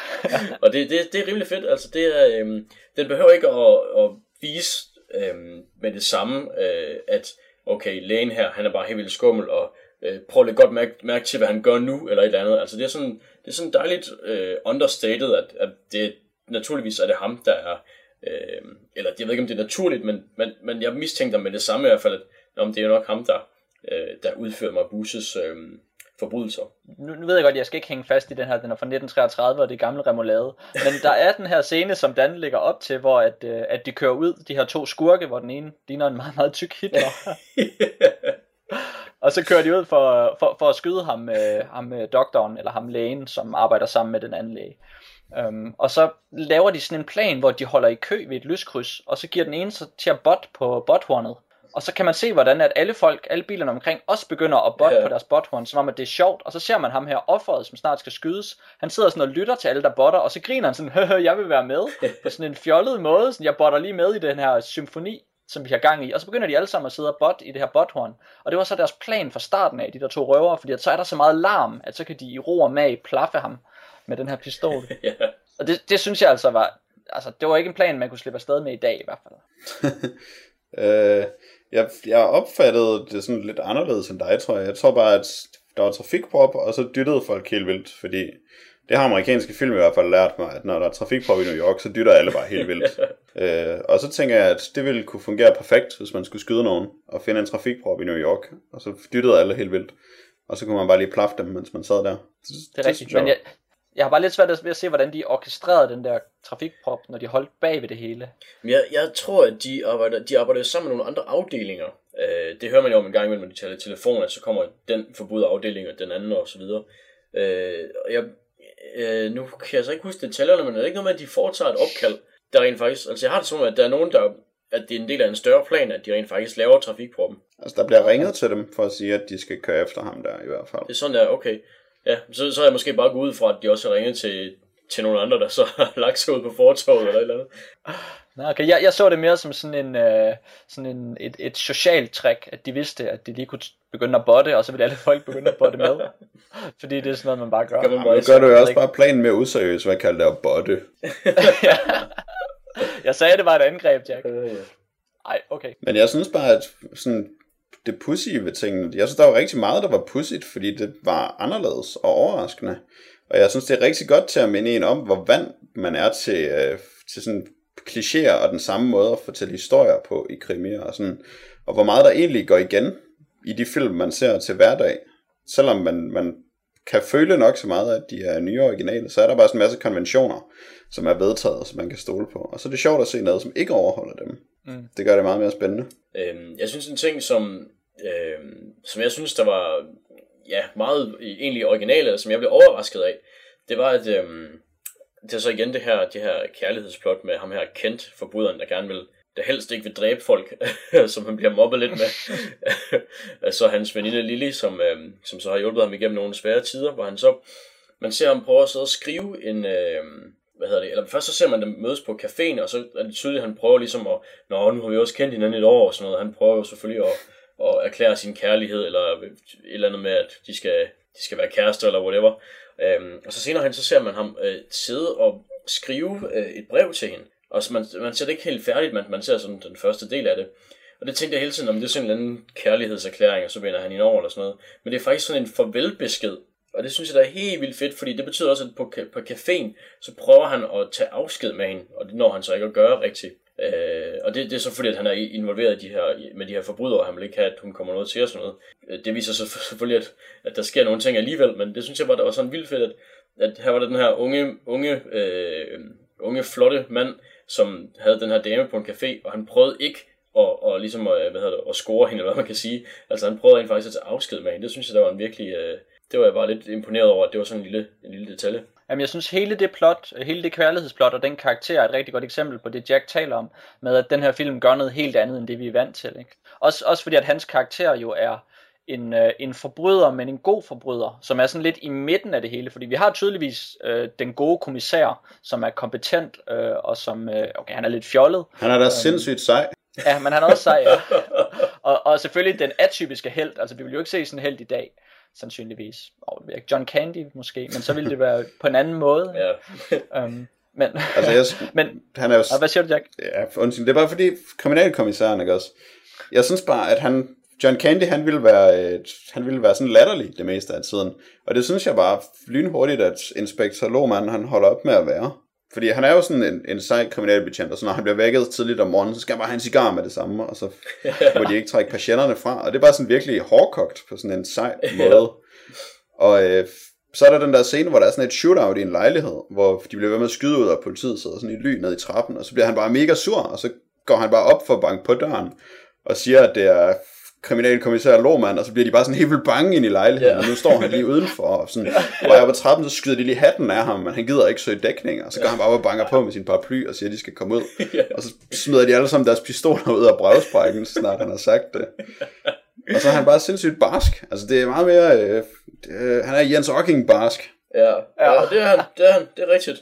Og det, det, det er rimelig fedt. Altså, det er, øh, den behøver ikke at, at vise øh, med det samme, øh, at okay, lægen her, han er bare helt vildt skummel, og øh, prøv at godt mærke, mærke til, hvad han gør nu, eller et eller andet. Altså det er sådan, det er sådan dejligt øh, understated, at, at det naturligvis er det ham, der er, øh, eller jeg ved ikke, om det er naturligt, men, men, men jeg mistænker med det samme i hvert fald, at om det er nok ham, der, øh, der udfører Marbuses øh, forbrydelser. Nu, nu ved jeg godt, at jeg skal ikke hænge fast i den her, den er fra nitten treogtredive, og det gamle remoulade. Men der er den her scene, som Dan lægger op til, hvor at, øh, at de kører ud, de her to skurke, hvor den ene ligner en meget, meget tyk Hitler. Og så kører de ud for, for, for at skyde ham, øh, ham øh, doktoren, eller ham lægen, som arbejder sammen med den anden læge. Um, og så laver de sådan en plan, hvor de holder i kø ved et lyskryds, og så giver den ene så til at bot på bothornet. Og så kan man se, hvordan at alle folk, alle bilerne omkring, også begynder at botte ja. på deres bothorn, som om at det er sjovt. Og så ser man ham her, offeret, som snart skal skydes. Han sidder sådan og lytter til alle, der botter, og så griner han sådan, høhø, jeg vil være med. På sådan en fjollet måde, sådan, jeg botter lige med i den her symfoni, som vi har gang i. Og så begynder de alle sammen at sidde og botte i det her bothorn. Og det var så deres plan fra starten af, de der to røvere, fordi at så er der så meget larm, at så kan de i ro og mag plaffe ham med den her pistol. ja. Og det, det synes jeg altså var, altså det var ikke en plan, man kunne slippe afsted med i dag i hvert fald. øh, jeg, jeg opfattede det sådan lidt anderledes end dig, tror jeg. Jeg tror bare, at der var trafikprop, og så dyttede folk helt vildt, fordi det har amerikanske film i hvert fald lært mig, at når der er trafikprop i New York, så dytter alle bare helt vildt. øh, og så tænker jeg, at det ville kunne fungere perfekt, hvis man skulle skyde nogen og finde en trafikprop i New York, og så dyttede alle helt vildt. Og så kunne man bare lige plaffe dem, mens man sad der. Det, det er rigtigt, men jeg, jeg har bare lidt svært ved at se, hvordan de orkestrerede den der trafikprop, når de holdt bag ved det hele. Jeg, jeg tror, at de arbejder, de arbejder sammen med nogle andre afdelinger. Øh, det hører man jo om en gang imellem, når de taler telefoner, så kommer den forbudte afdeling, og den anden og så videre. Øh, og jeg, øh, nu kan jeg så ikke huske detaljerne, men er det ikke noget med, at de foretager et opkald, der rent faktisk, altså jeg har det som, at der er nogen, der, at det er en del af en større plan, at de rent faktisk laver trafikproppen. Altså der bliver ringet til dem, for at sige, at de skal køre efter ham der i hvert fald. Det er sådan der, okay. Ja, så, så er jeg måske bare gået ud fra, at de også har ringet til, til nogle andre, der så har lagt sig ud på fortovet eller et eller andet. Nå, okay. jeg, jeg så det mere som sådan, en, øh, sådan en, et, et socialt trick, at de vidste, at de lige kunne begynde at botte, og så ville alle folk begynde at botte med. Fordi det er sådan noget, man bare gør. Kan man bare, gør du jo også bare planen mere useriøs, hvad kalder det at botte. Ja. Jeg sagde, det var et angreb, Jack. Ej, okay. Men jeg synes bare, at sådan det pussy ved tingene, jeg synes, der var rigtig meget, der var pudsigt, fordi det var anderledes og overraskende. Og jeg synes, det er rigtig godt til at minde en om, hvor vant man er til, øh, til sådan klichéer og den samme måde at fortælle historier på i krimier og sådan. Og hvor meget der egentlig går igen i de film, man ser til hverdag. Selvom man, man kan føle nok så meget, at de er nye originale, så er der bare sådan en masse konventioner, som er vedtaget, som man kan stole på. Og så er det sjovt at se noget, som ikke overholder dem. Mm. Det gør det meget mere spændende. Øhm, jeg synes en ting, som, øhm, som jeg synes, der var ja, meget egentlig originale, eller som jeg blev overrasket af, det var, at øhm, det er så igen det her, det her kærlighedsplot med ham her Kent, forbryderen, der gerne vil, der helst ikke vil dræbe folk, som han bliver mobbet lidt med. Så hans veninde Lily, som, øhm, som så har hjulpet ham igennem nogle svære tider, hvor han så, man ser ham prøve at sidde og skrive en, øhm, hvad hedder det, eller først så ser man dem mødes på caféen, og så er det tydeligt, at han prøver ligesom at, nå, nu har vi også kendt hinanden et år, og sådan noget. Han prøver jo selvfølgelig at, at erklære sin kærlighed, eller et eller andet med, at de skal, de skal være kærester, eller whatever. Øhm, og så senere hen, så ser man ham øh, sidde og skrive øh, et brev til hende. Og så man, man ser det ikke helt færdigt, men man ser sådan den første del af det. Og det tænkte jeg hele tiden, om det er sådan en eller anden kærlighedserklæring, og så vender han hende over, eller sådan noget. Men det er faktisk sådan en farvelbesked. Og det synes jeg, der er helt vildt fedt, fordi det betyder også, at på, på caféen, så prøver han at tage afsked med hende, og det når han så ikke at gøre rigtigt. Øh, og det, det er så fordi, at han er involveret i de her, med de her forbrydere, og han vil ikke have, at hun kommer noget til og sådan noget. Det viser så selvfølgelig, at, at der sker nogle ting alligevel, men det synes jeg bare, der var sådan vildt fedt, at, at her var der den her unge, unge, øh, unge flotte mand, som havde den her dame på en café, og han prøvede ikke og, og ligesom hvad hedder det, at score hende, eller hvad man kan sige. Altså han prøvede egentlig faktisk at tage afsked med hende. Det synes jeg, der var en virkelig... Øh, det var jeg bare lidt imponeret over, at det var sådan en lille, en lille detalje. Jamen jeg synes hele det plot, hele det kærlighedsplot og den karakter er et rigtig godt eksempel på det Jack taler om, med at den her film gør noget helt andet end det vi er vant til, ikke? Også, også fordi at hans karakter jo er en, øh, en forbryder, men en god forbryder, som er sådan lidt i midten af det hele, fordi vi har tydeligvis øh, den gode kommissær, som er kompetent øh, og som, øh, okay han er lidt fjollet. Han er da øhm, sindssygt sej. Ja, men han er også sej, ja. og, og selvfølgelig den atypiske helt, altså vi vil jo ikke se sådan en helt i dag. Sandsynligvis. Oh, det er ikke John Candy måske, men så ville det være på en anden måde. Ja. um, men, altså, jeg, men han er jo, hvad siger du, Jack? Ja, undskyld, det er bare fordi kriminalkommissæren, ikke også? Jeg synes bare, at han John Candy, han ville være, øh, han ville være sådan latterlig det meste af tiden. Og det synes jeg bare lynhurtigt, at Inspektor Lohmann, han holder op med at være. Fordi han er jo sådan en, en sej kriminalbetjent, og så når han bliver vækket tidligt om morgenen, så skal han bare have en cigar med det samme, og så må de ikke trække patienterne fra. Og det er bare sådan virkelig hårdkogt på sådan en sej måde. Og øh, så er der den der scene, hvor der er sådan et shootout i en lejlighed, hvor de bliver ved med at skyde ud, og politiet sidder sådan i ly ned i trappen, og så bliver han bare mega sur, og så går han bare op for at banke på døren, og siger, at det er kriminalkommissær Lohmann, og så bliver de bare sådan helt vildt bange ind i lejligheden, yeah. Og nu står han lige udenfor, og sådan, hvor jeg er på trappen, så skyder de lige hatten af ham, men han gider ikke søge dækning, og så går han bare og banker på med sin paraply, og siger, at de skal komme ud, yeah. Og så smider de alle sammen deres pistoler ud af brevsprækken, snart han har sagt det. Og så er han bare sindssygt barsk, altså det er meget mere, øh, det, han er Jens Ocking barsk. Ja, ja, det er han, det er han, det er rigtigt.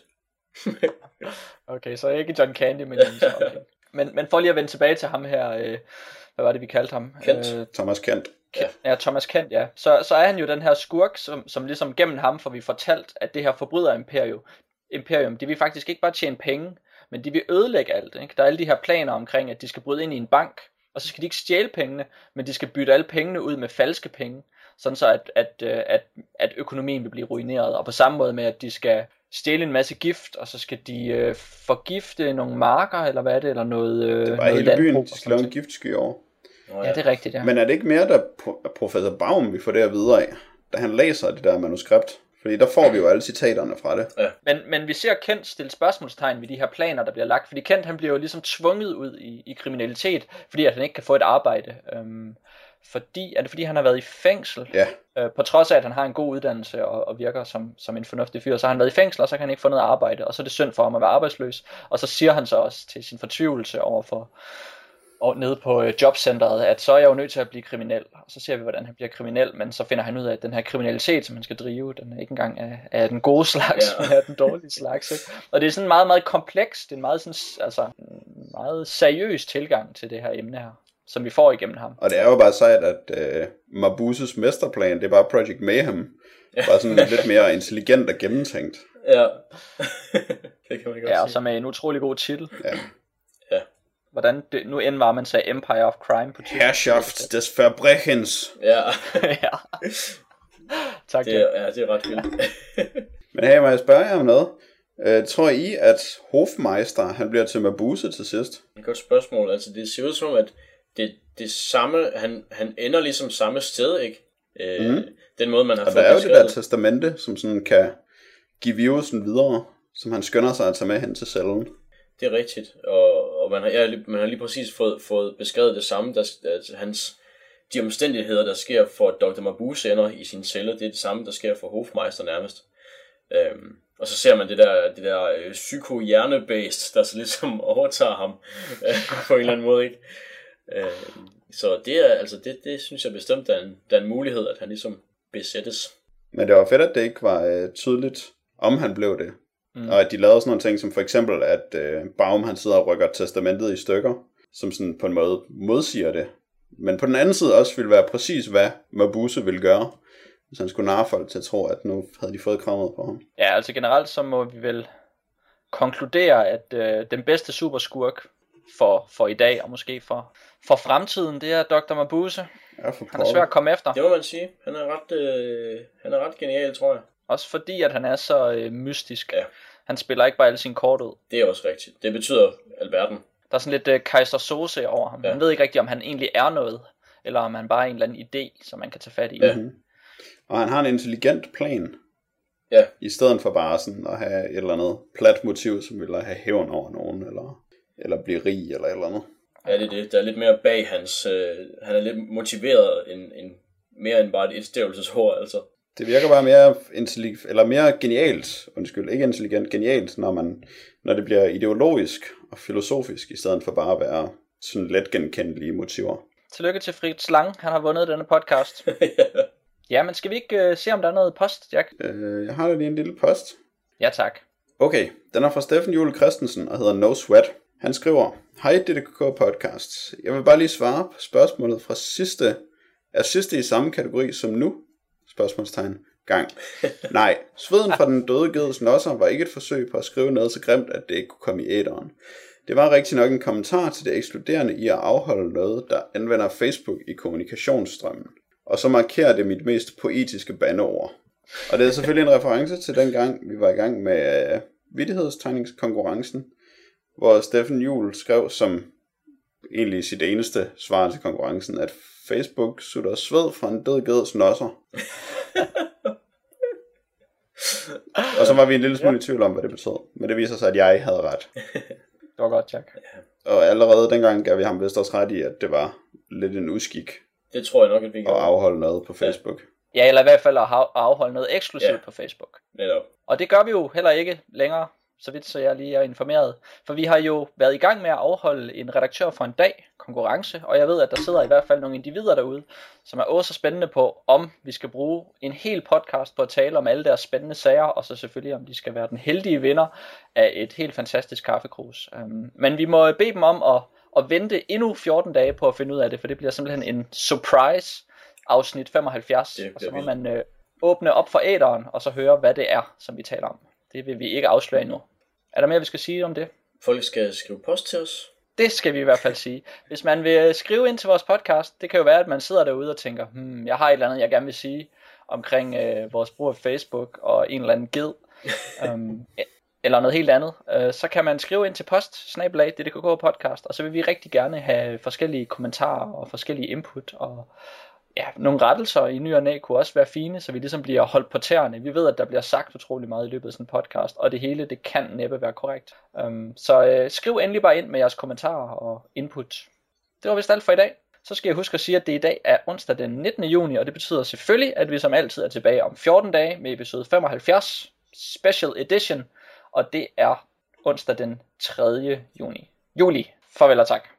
Okay, så ikke John Candy, men Jens Ocking. Men, men for lige at vende tilbage til ham her, øh, hvad var det, vi kaldte ham? Kent. Øh, Thomas Kent. Kent. Ja, Thomas Kent, ja. Så, så er han jo den her skurk, som, som ligesom gennem ham får vi fortalt, at det her forbryderimperium, imperium, de vil faktisk ikke bare tjene penge, men de vil ødelægge alt. Ikke? Der er alle de her planer omkring, at de skal bryde ind i en bank, og så skal de ikke stjæle pengene, men de skal bytte alle pengene ud med falske penge, sådan så at, at, at, at økonomien vil blive ruineret. Og på samme måde med, at de skal stjæle en masse gift, og så skal de øh, forgifte nogle marker, eller hvad er det, eller noget øh, det er bare noget hele byen, de skal lave en giftsky over. Oh, ja. Ja, det er rigtigt, ja. Men er det ikke mere, der professor Baum, vi får det at vide af, da han læser det der manuskript? Fordi der får vi jo alle citaterne fra det. Ja. Men, men vi ser Kent stille spørgsmålstegn ved de her planer, der bliver lagt. Fordi Kent, han bliver jo ligesom tvunget ud i, i kriminalitet, fordi at han ikke kan få et arbejde. Øhm, fordi, er det fordi, han har været i fængsel? Ja. Øh, på trods af, at han har en god uddannelse og, og virker som, som en fornuftig fyr, så har han været i fængsel, og så kan han ikke få noget arbejde. Og så er det synd for ham at være arbejdsløs. Og så siger han så også til sin fortvivlelse overfor og nede på øh, jobcentret, at så er jeg jo nødt til at blive kriminel. Og så ser vi, hvordan han bliver kriminel, men så finder han ud af, at den her kriminalitet, som han skal drive, den er ikke engang af, af den gode slags, yeah. men af den dårlige slags. Ikke? Og det er sådan meget, meget komplekst, det er en meget, sådan, altså, en meget seriøs tilgang til det her emne her, som vi får igennem ham. Og det er jo bare sejt, at øh, Mabuses mesterplan, det er bare Project Mayhem. Bare sådan lidt mere intelligent og gennemtænkt. Ja, det kan man godt ja, og sige. som er en utrolig god titel. Ja. Ja. Hvordan det, nu end var man sagde Empire of Crime på tysk. Herrschaft des Verbrechens. Ja. Ja. Tak, det er, ja, det er ret vildt. Men her må jeg spørge jer om noget. Uh, tror I, at Hofmeister, han bliver til Mabuse til sidst? Et godt spørgsmål. Altså, det ser ud som, at det, det samme, han, han ender ligesom samme sted, ikke? Øh, mm. Den måde, man har og fået der er jo beskrevet. det der testamente, som sådan kan give virusen videre, som han skynder sig at tage med hen til cellen. Det er rigtigt, og, og man, har, ja, man har lige præcis fået, fået beskrevet det samme, der, altså hans, de omstændigheder, der sker for, at doktor Mabuse ender i sin celle, det er det samme, der sker for Hofmeister nærmest. Øhm, og så ser man det der, det der øh, psyko-hjernebased, der så ligesom overtager ham øh, på en eller anden måde, ikke? Øh, så det er altså det, det synes jeg bestemt er en, der er en mulighed, at han ligesom besættes. Men det var fedt, at det ikke var øh, tydeligt, om han blev det. Mm. Og at de lavede sådan nogle ting, som for eksempel, at øh, Baum han sidder og rykker testamentet i stykker, som sådan på en måde modsiger det. Men på den anden side også ville være præcis, hvad Mabuse ville gøre, hvis han skulle narre folk til at tro, at nu havde de fået krammet på ham. Ja, altså generelt så må vi vel konkludere, at øh, den bedste superskurk for, for i dag, og måske for, for fremtiden, det er doktor Mabuse. Ja, for han er svær at komme efter. Det må man sige. Han er ret, øh, han er ret genial, tror jeg. Også fordi, at han er så øh, mystisk. Ja. Han spiller ikke bare alle sine kort ud. Det er også rigtigt. Det betyder alverden. Der er sådan lidt øh, Kaiser Sose over ham. Ja. Man ved ikke rigtigt, om han egentlig er noget, eller om han bare er en eller anden idé, som man kan tage fat i. Ja. Mm-hmm. Og han har en intelligent plan. Ja. I stedet for bare sådan at have et eller andet plat motiv, som vil have hævn over nogen, eller, eller blive rig, eller et eller andet. Ja, det er det. Der er lidt mere bag hans... Øh, han er lidt motiveret, end, end, mere end bare et etstævelseshår, altså. Det virker bare mere intelligent, eller mere genialt, undskyld, ikke intelligent, genialt, når, man, når det bliver ideologisk og filosofisk, i stedet for bare at være sådan let genkendelige motiver. Tillykke til Fritz Lang, han har vundet denne podcast. Ja. Ja, men skal vi ikke uh, se, om der er noget post, Jack? Øh, jeg har da lige en lille post. Ja, tak. Okay, den er fra Steffen Juhl Christensen og hedder No Sweat. Han skriver, hej D D K K podcast. Jeg vil bare lige svare på spørgsmålet fra sidste, er sidste i samme kategori som nu? Spørgsmålstegn. Gang. Nej, sveden fra den døde gedes nosser var ikke et forsøg på at skrive noget så grimt, at det ikke kunne komme i æteren. Det var rigtig nok en kommentar til det ekskluderende i at afholde noget, der anvender Facebook i kommunikationsstrømmen. Og så markerer det mit mest poetiske bandeord. Og det er selvfølgelig en reference til den gang, vi var i gang med uh, vittighedstegningskonkurrencen, hvor Steffen Juhl skrev som egentlig sit eneste svar til konkurrencen, at Facebook sutter sved fra en død geds nosser. Og så var vi en lille smule i tvivl om, hvad det betød. Men det viser sig, at jeg havde ret. Det var godt, Jack. Og allerede dengang gav vi ham vist også ret i, at det var lidt en uskik. Det tror jeg nok, at vi kan. At afholde noget på Facebook. Ja, eller i hvert fald at afholde noget eksklusivt ja. på Facebook. Netop. Og det gør vi jo heller ikke længere, så vidt så jeg lige er informeret. For vi har jo været i gang med at afholde en redaktør for en dag konkurrence, og jeg ved, at der sidder i hvert fald nogle individer derude, som er også spændende på, om vi skal bruge en hel podcast på at tale om alle deres spændende sager, og så selvfølgelig om de skal være den heldige vinder af et helt fantastisk kaffekrus. Um, men vi må bede dem om at, at vente endnu fjorten dage på at finde ud af det, for det bliver simpelthen en surprise afsnit femoghalvfjerds, det, og så må man øh, åbne op for æteren, og så høre, hvad det er, som vi taler om. Det vil vi ikke afsløre endnu. Er der mere, vi skal sige om det? Folk skal skrive post til os. Det skal vi i hvert fald sige. Hvis man vil skrive ind til vores podcast, det kan jo være, at man sidder derude og tænker, hmm, jeg har et eller andet, jeg gerne vil sige omkring øh, vores brug af Facebook og en eller anden ged, um, eller noget helt andet. Uh, så kan man skrive ind til post snabel-a punktum d k k podcast, og så vil vi rigtig gerne have forskellige kommentarer og forskellige input, og ja, nogle rettelser i ny og næ kunne også være fine, så vi ligesom bliver holdt på tæerne. Vi ved, at der bliver sagt utrolig meget i løbet af sådan en podcast, og det hele, det kan næppe være korrekt. Um, så uh, skriv endelig bare ind med jeres kommentarer og input. Det var vist alt for i dag. Så skal jeg huske at sige, at det i dag er onsdag den nittende juni, og det betyder selvfølgelig, at vi som altid er tilbage om fjorten dage med episode femoghalvfjerds, Special Edition, og det er onsdag den tredje juni. Juli. Farvel og tak.